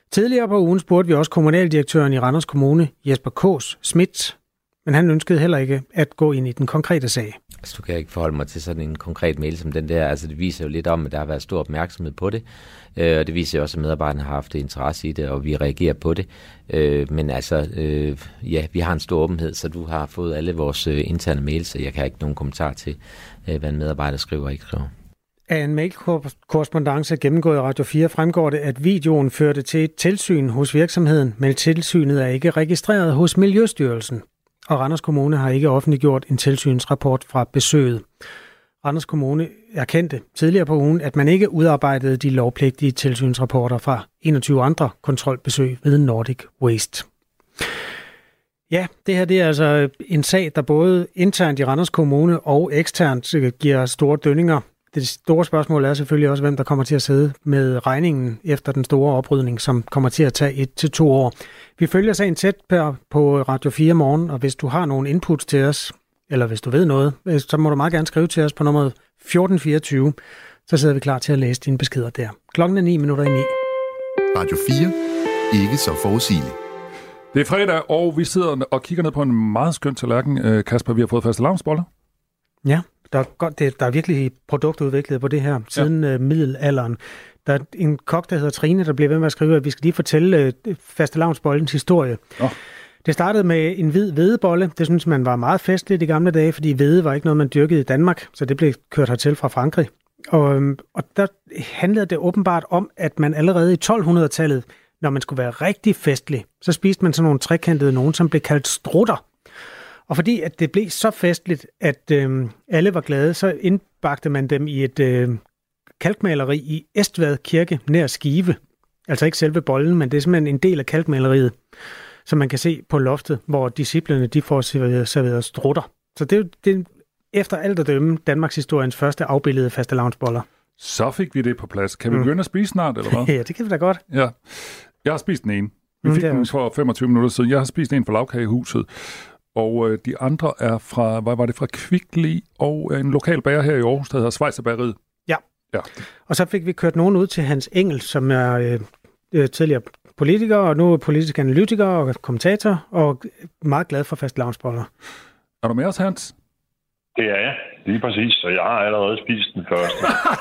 Speaker 3: Tidligere på ugen spurgte vi også kommunaldirektøren i Randers Kommune, Jesper Kaas Schmidt, men han ønskede heller ikke at gå ind i den konkrete sag.
Speaker 20: Altså, du kan ikke forholde mig til sådan en konkret mail som den der. Altså, det viser jo lidt om, at der har været stor opmærksomhed på det. Øh, og det viser jo også, at medarbejderne har haft interesse i det, og vi reagerer på det. Øh, men altså, øh, ja, vi har en stor åbenhed, så du har fået alle vores øh, interne mails, så jeg kan ikke nogen kommentar til, øh, hvad en medarbejder skriver og ikke skriver.
Speaker 3: Af en mailkorrespondance gennemgået i Radio fire fremgår det, at videoen førte til et tilsyn hos virksomheden, men tilsynet er ikke registreret hos Miljøstyrelsen. Og Randers Kommune har ikke offentliggjort en tilsynsrapport fra besøget. Randers Kommune erkendte tidligere på ugen, at man ikke udarbejdede de lovpligtige tilsynsrapporter fra enogtyve andre kontrolbesøg ved Nordic Waste. Ja, det her det er altså en sag, der både internt i Randers Kommune og eksternt giver store dønninger. Det store spørgsmål er selvfølgelig også, hvem der kommer til at sidde med regningen efter den store oprydning, som kommer til at tage et til to år. Vi følger sagen tæt på Radio fire morgen, og hvis du har nogle inputs til os, eller hvis du ved noget, så må du meget gerne skrive til os på nummeret fjorten fireogtyve. Så sidder vi klar til at læse dine beskeder der. Klokken er ni minutter i ni.
Speaker 2: Radio fire. Ikke så forudsigeligt.
Speaker 4: Det er fredag, og vi sidder og kigger ned på en meget skøn tallerken. Kasper, vi har fået fastelavnsboller.
Speaker 3: Ja, der er, godt, det, der er virkelig produktudviklet på det her siden ja. middelalderen. Der er en kok, der hedder Trine, der bliver ved med at skrive, at vi skal lige fortælle fastelavnsbollens historie. Oh. Det startede med en hvid hvedebolle. Det synes man var meget festligt i gamle dage, fordi hvede var ikke noget, man dyrkede i Danmark, så det blev kørt hertil fra Frankrig. Og, og der handlede det åbenbart om, at man allerede i tolvhundredetallet, når man skulle være rigtig festlig, så spiste man sådan nogle trekantede nogen, som blev kaldt strutter. Og fordi at det blev så festligt, at øh, alle var glade, så indbagte man dem i et øh, kalkmaleri i Estvad Kirke nær Skive. Altså ikke selve bollen, men det er simpelthen en del af kalkmaleriet, som man kan se på loftet, hvor disciplene de får serveret, serveret strutter. Så det er jo det er efter alt at dømme Danmarks historiens første afbildede fastelavnsboller.
Speaker 4: Så fik vi det på plads. Kan vi mm. begynde at spise snart, eller hvad?
Speaker 3: Ja, det kan vi da godt.
Speaker 4: Ja. Jeg har spist den ene. Vi fik mm, den for femogtyve minutter siden. Jeg har spist en fra Lavkagehuset. Og øh, de andre er fra, hvad var det, fra Kvickly og en lokal bager her i Aarhus, der hedder Schweizerbergeriet.
Speaker 3: Ja.
Speaker 4: ja.
Speaker 3: Og så fik vi kørt nogen ud til Hans Engel, som er øh, tidligere politiker, og nu er politisk analytiker og kommentator, og meget glad for fastelavnsboller.
Speaker 4: Er du med os, Hans?
Speaker 21: Det er jeg, lige præcis, så jeg har allerede spist den første.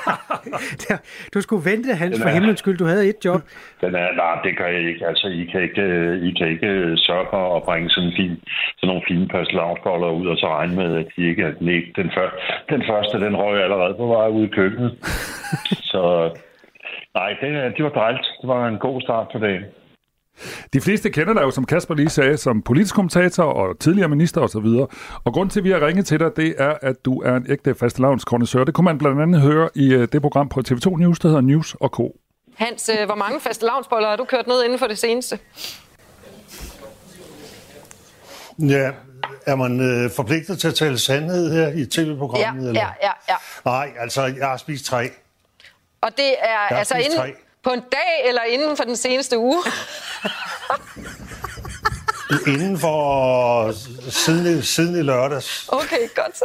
Speaker 3: Du skulle vente, Hans, for himlens skyld, du havde et job.
Speaker 21: Den er, nej, det gør jeg ikke. Altså, I kan ikke, I kan ikke sørge for at bringe sådan, fin, sådan nogle fine fastelavnsboller ud, og så regne med, at de ikke er den, ikke, den, før, den første, den røg allerede på vej ud i køkkenet. Så nej, det, det var dejligt. Det var en god start på dagen.
Speaker 4: De fleste kender dig jo, som Kasper lige sagde, som politisk kommentator og tidligere minister osv. Og grunden til, at vi har ringet til dig, det er, at du er en ægte fastelavnskondensør. Det kunne man blandt andet høre i det program på T V to News, der hedder News og Co.
Speaker 22: Hans, hvor mange fastelavnsboller har du kørt ned inden for det seneste?
Speaker 23: Ja, er man øh, forpligtet til at tale sandhed her i tv-programmet?
Speaker 22: Ja,
Speaker 23: eller?
Speaker 22: ja, ja, ja.
Speaker 23: Nej, altså, jeg har spist tre.
Speaker 22: Og det er altså inden... Tre. På en dag eller inden for den seneste uge?
Speaker 23: Inden for siden, siden i lørdags.
Speaker 22: Okay, godt så.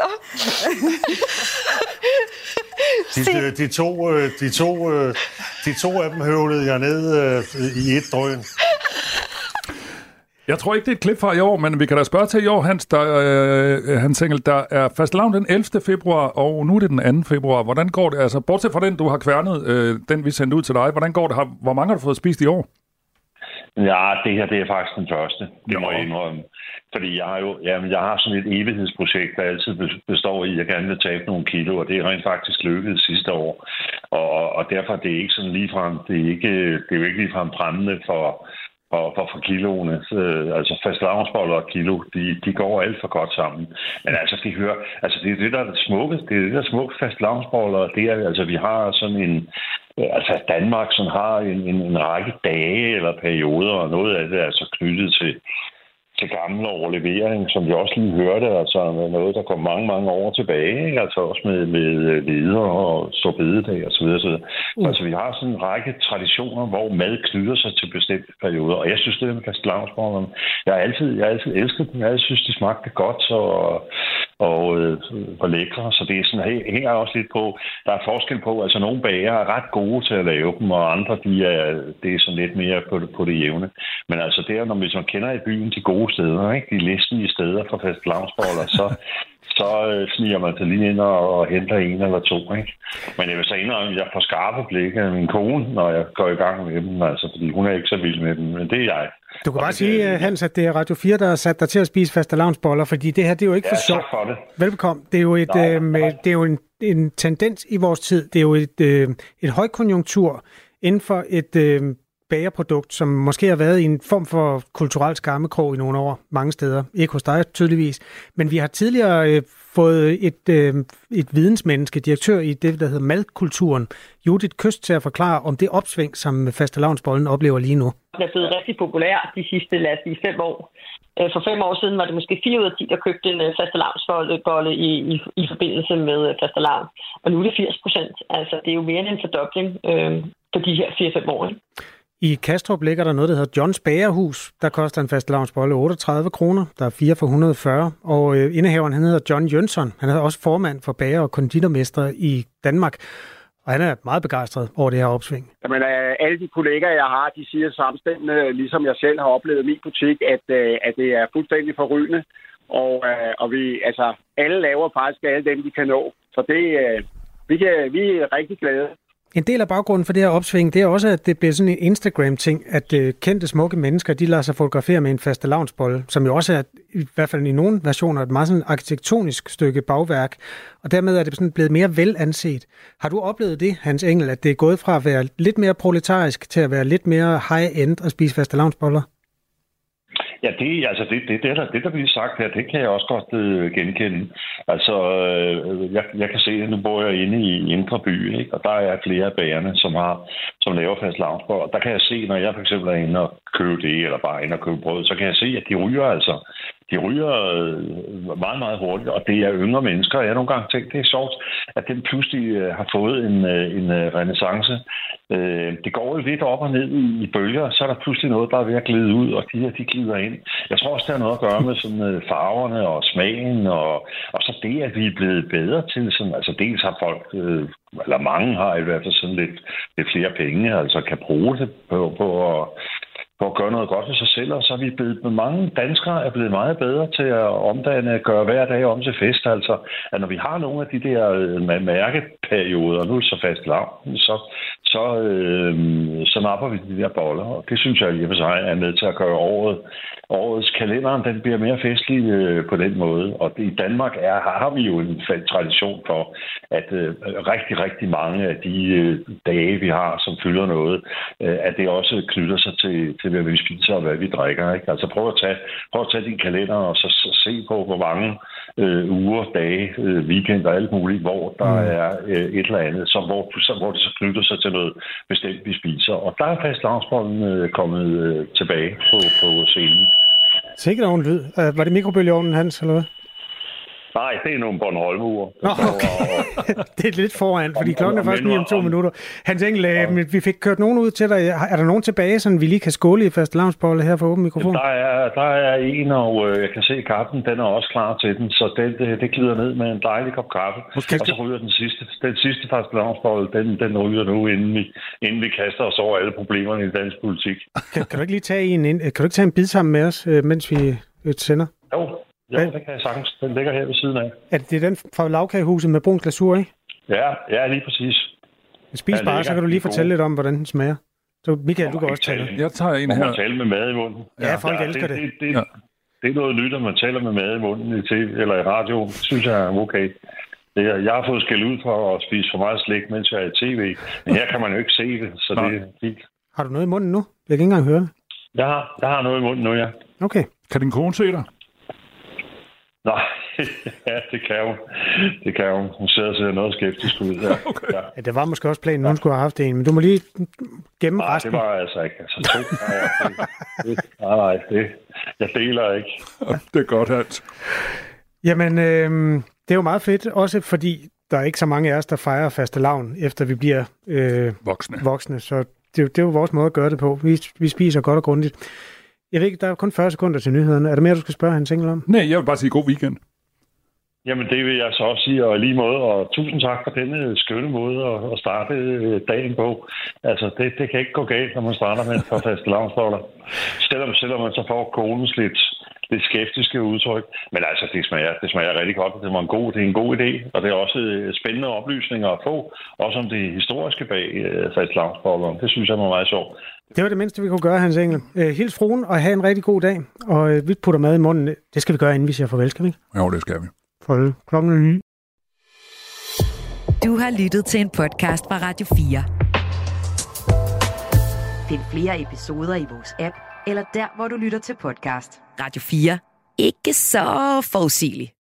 Speaker 23: De, de, to, de, to, de to af dem høvlede jeg ned i et drøn.
Speaker 4: Jeg tror ikke, det er et klip fra i år, men vi kan da spørge til i år, Hans, der, øh, Hans Engel, der er fastelavn den ellevte februar, og nu er det den anden februar. Hvordan går det? Altså, bortset fra den, du har kværnet, øh, den vi sendte ud til dig, hvordan går det? Hvor mange har du fået spist i år?
Speaker 21: Ja, det her, det er faktisk den første, det må jeg indrømme. Fordi jeg har jo, jamen, jeg har sådan et evighedsprojekt, der altid består i, at jeg gerne vil tabe nogle kilo, og det er rent faktisk lykkedes sidste år. Og, og derfor det er det ikke sådan ligefrem, det er ikke, det er jo ikke ligefrem brændende for... For, for, for kiloene. Øh, altså fastelavnsboller og kilo, de, de går alt for godt sammen. Men altså, de hører, altså det er det, der er det smukke. Det er det, der er smukke fastelavnsboller. Det er, altså, vi har sådan en... Altså, Danmark, som har en, en, en række dage eller perioder, og noget af det er altså knyttet til, til gamle overlevering, som vi også lige hørte, altså noget, der går mange, mange år tilbage, ikke? Altså også med, med leder og storbededag og så videre. Så videre. Mm. Altså, vi har sådan en række traditioner, hvor mad knytter sig til bestemte perioder, og jeg synes, det er med fastelavnsbollerne. Jeg har altid, jeg har altid elsket dem, jeg synes, de smagte godt, og, og øh, hvor lækre. Så det er sådan, hænger også lidt på, der er forskel på, altså nogle bager er ret gode til at lave dem, og andre, de er, det er sådan lidt mere på det, på det jævne. Men altså det er, når hvis man kender i byen de gode steder, ikke? De listenlige steder for fastelavnsboller, så så øh, sniger man sig lige ind og, og henter en eller to, ikke? Men jeg vil så indrømme, at jeg får skarpe blik af min kone, når jeg går i gang med dem, altså, fordi hun er ikke så vild med dem, men det er jeg.
Speaker 3: Du kan bare sige, Hans, at det er Radio fire, der har sat dig til at spise fastelavnsboller, fordi det her, det er jo ikke
Speaker 21: ja,
Speaker 3: for sjov.
Speaker 21: For det.
Speaker 3: Velbekomme. Det er jo, et, nej, øh, med, det er jo en, en tendens i vores tid. Det er jo et, øh, et højkonjunktur inden for et øh, bagerprodukt, som måske har været i en form for kulturel skammekrog i nogle år, mange steder. Ikke hos dig, tydeligvis. Men vi har tidligere øh, fået et, øh, et vidensmenneske, direktør i det, der hedder madkulturen, Judith Køst, til at forklare om det opsving, som fastelavnsbollen oplever lige nu.
Speaker 1: Det er blevet rigtig populært de sidste, lad os sige, fem år. For fem år siden var det måske fire ud af ti, der købte en fastelavnsbolle i, i, i forbindelse med fastelavn. Og nu er det firs procent. Altså, det er jo mere end en fordobling øh, på de her fire til fem år.
Speaker 3: I Kastrup ligger der noget, der hedder Johns Bagerhus. Der koster en fastelavnsbolle otteogtredive kroner. Der er fire for et hundrede og fyrre. Og øh, indehaveren, han hedder John Jønsson. Han er også formand for bager- og konditormester i Danmark. Og han er meget begejstret over det her opsving.
Speaker 5: Jamen, alle de kollegaer, jeg har, de siger samstemmende, ligesom jeg selv har oplevet i min butik, at, at det er fuldstændig forrygende. Og, og vi, altså, alle laver faktisk alle dem, de kan nå. Så det, vi, kan, vi er rigtig glade.
Speaker 3: En del af baggrunden for det her opsving, det er også, at det bliver sådan en Instagram-ting, at uh, kendte smukke mennesker, de lader sig fotografere med en fastelavnsbolle, som jo også er, i hvert fald i nogle versioner, et meget sådan arkitektonisk stykke bagværk, og dermed er det sådan blevet mere velanset. Har du oplevet det, Hans Engel, at det er gået fra at være lidt mere proletarisk til at være lidt mere high-end at spise fastelavnsboller?
Speaker 21: Ja, det, altså det, det, det, der, det, der bliver sagt her, det kan jeg også godt øh, genkende. Altså, øh, jeg, jeg kan se, at nu bor jeg inde i Indre By, ikke? Og der er flere af bagerne, som, har, som laver fastelavnsboller. Der kan jeg se, når jeg for eksempel er inde og købe det, eller bare inde og købe brød, så kan jeg se, at de ryger altså. De ryger meget, meget hurtigt, og det er yngre mennesker. Jeg har nogle gange tænkt, det er sjovt, at den pludselig har fået en, en renaissance. Det går jo lidt op og ned i bølger, så er der pludselig noget, der er ved at glide ud, og de her, de glider ind. Jeg tror også, det har noget at gøre med sådan farverne og smagen, og, og så det, at vi er blevet bedre til, sådan, altså dels har folk, eller mange har i hvert fald sådan lidt, lidt flere penge, altså kan bruge det på, på at for at gøre noget godt for sig selv, og så er vi blevet, mange danskere er blevet meget bedre til at omdanne, gøre hver dag om til fest, altså, at når vi har nogle af de der mærkeperioder, nu er det så fast lavn, så, så, øh, så napper vi de der boller, og det synes jeg i og for sig er med til at gøre året, årets kalenderen, den bliver mere festlig øh, på den måde, og i Danmark er, har vi jo en tradition for, at øh, rigtig, rigtig mange af de øh, dage, vi har, som fylder noget, øh, at det også knytter sig til, til hvad vi spiser og hvad vi drikker. Ikke? Altså prøv at tage, prøv at tage din kalender og så, så se på, hvor mange øh, uger, dage, øh, weekender og alt muligt, hvor der mm. er øh, et eller andet, så, hvor, så, hvor det så knytter sig til noget bestemt, vi spiser. Og der er fastelavnsbollen øh, kommet øh, tilbage på, på scenen.
Speaker 3: Sikkert nogen lyd. Uh, var det mikrobølgeovnen, Hans, eller hvad?
Speaker 21: Nej, det er nogle Bornholm-ure.
Speaker 3: Nå, okay. Det er lidt foran, fordi klokken er først ni om to om, minutter. Hans Engel, ja. Vi fik kørt nogen ud til dig. Er der nogen tilbage, så vi lige kan skåle i fastelavnsbolle her for åben mikrofon?
Speaker 21: Der er, der er en, og øh, jeg kan se, at kaffen den er også klar til den, så det, det, det glider ned med en dejlig kop kaffe. Måske. Og så ryger den sidste, den sidste fastelavnsbolle, den, den ryger nu, inden vi, inden vi kaster os over alle problemerne i dansk politik. Kan,
Speaker 3: kan du ikke lige tage en, kan du ikke tage en bid sammen med os, mens vi sender?
Speaker 21: Jo. Ja, det kan jeg sagtens. Den ligger her ved siden af.
Speaker 3: Er det, det er den fra lavkagehuset med brun glasur, ikke?
Speaker 21: Ja, ja, lige præcis.
Speaker 3: Spis ja, bare, så kan du lige fortælle lidt om, hvordan den smager. Så Michael, du kan også tale.
Speaker 4: Jeg tager en her.
Speaker 21: Man tale med mad i munden.
Speaker 3: Ja, folk ja, elsker det.
Speaker 21: Det, det, det, ja. det er noget nyt, at man taler med mad i munden i T V eller i radio. Det synes jeg er okay. Det er, jeg har fået skæld ud for at spise for meget slik, mens jeg er i tv. Men her kan man jo ikke se det, så Nå. det er fint.
Speaker 3: Har du noget i munden nu? Jeg kan ikke engang høre det.
Speaker 21: Jeg har, jeg har noget i munden nu, ja.
Speaker 3: Okay.
Speaker 4: Kan din kone se dig?
Speaker 21: Nej, ja, det kan hun. Det kan hun. Hun sidder og ser noget skeptisk ud. Ja.
Speaker 3: Okay. Ja. Ja, det var måske også planen, hun skulle have haft en, men du må lige gemme
Speaker 21: nej,
Speaker 3: resten.
Speaker 21: Nej, det var altså ikke. Altså, to, nej, det, nej, nej, det, jeg deler ikke.
Speaker 4: Det er godt, Hans.
Speaker 3: Jamen, øh, det er jo meget fedt, også fordi der er ikke så mange af os, der fejrer fastelavn, efter vi bliver øh,
Speaker 4: voksne.
Speaker 3: voksne. Så det, det er jo vores måde at gøre det på. Vi, vi spiser godt og grundigt. Jeg ved ikke, der er kun fyrre sekunder til nyhederne. Er der mere, du skal spørge Hans Engel om?
Speaker 4: Nej, jeg vil bare sige god weekend.
Speaker 21: Jamen, det vil jeg så også sige, og i lige måde, og tusind tak for denne skønne måde at, at starte dagen på. Altså, det, det kan ikke gå galt, når man starter med et par fastelavnsboller. Selvom, selvom man så får konens lidt, lidt skeptiske udtryk. Men altså, det smager, det smager rigtig godt, det var en god, det er en god idé, og det er også spændende oplysninger at få, også om det historiske bag fastelavnsbollerne. Det synes jeg var meget sjovt.
Speaker 3: Det var det mindste, vi kunne gøre, Hans Engel. Hils fruen, og have en rigtig god dag. Og vi putter mad i munden. Det skal vi gøre, inden vi siger farvel, skal vi ikke?
Speaker 4: Jo, det skal vi.
Speaker 3: Farvel. Klokken ni.
Speaker 18: Du har lyttet til en podcast fra Radio fire. Find flere episoder i vores app, eller der, hvor du lytter til podcast. Radio fire. Ikke så forudsigeligt.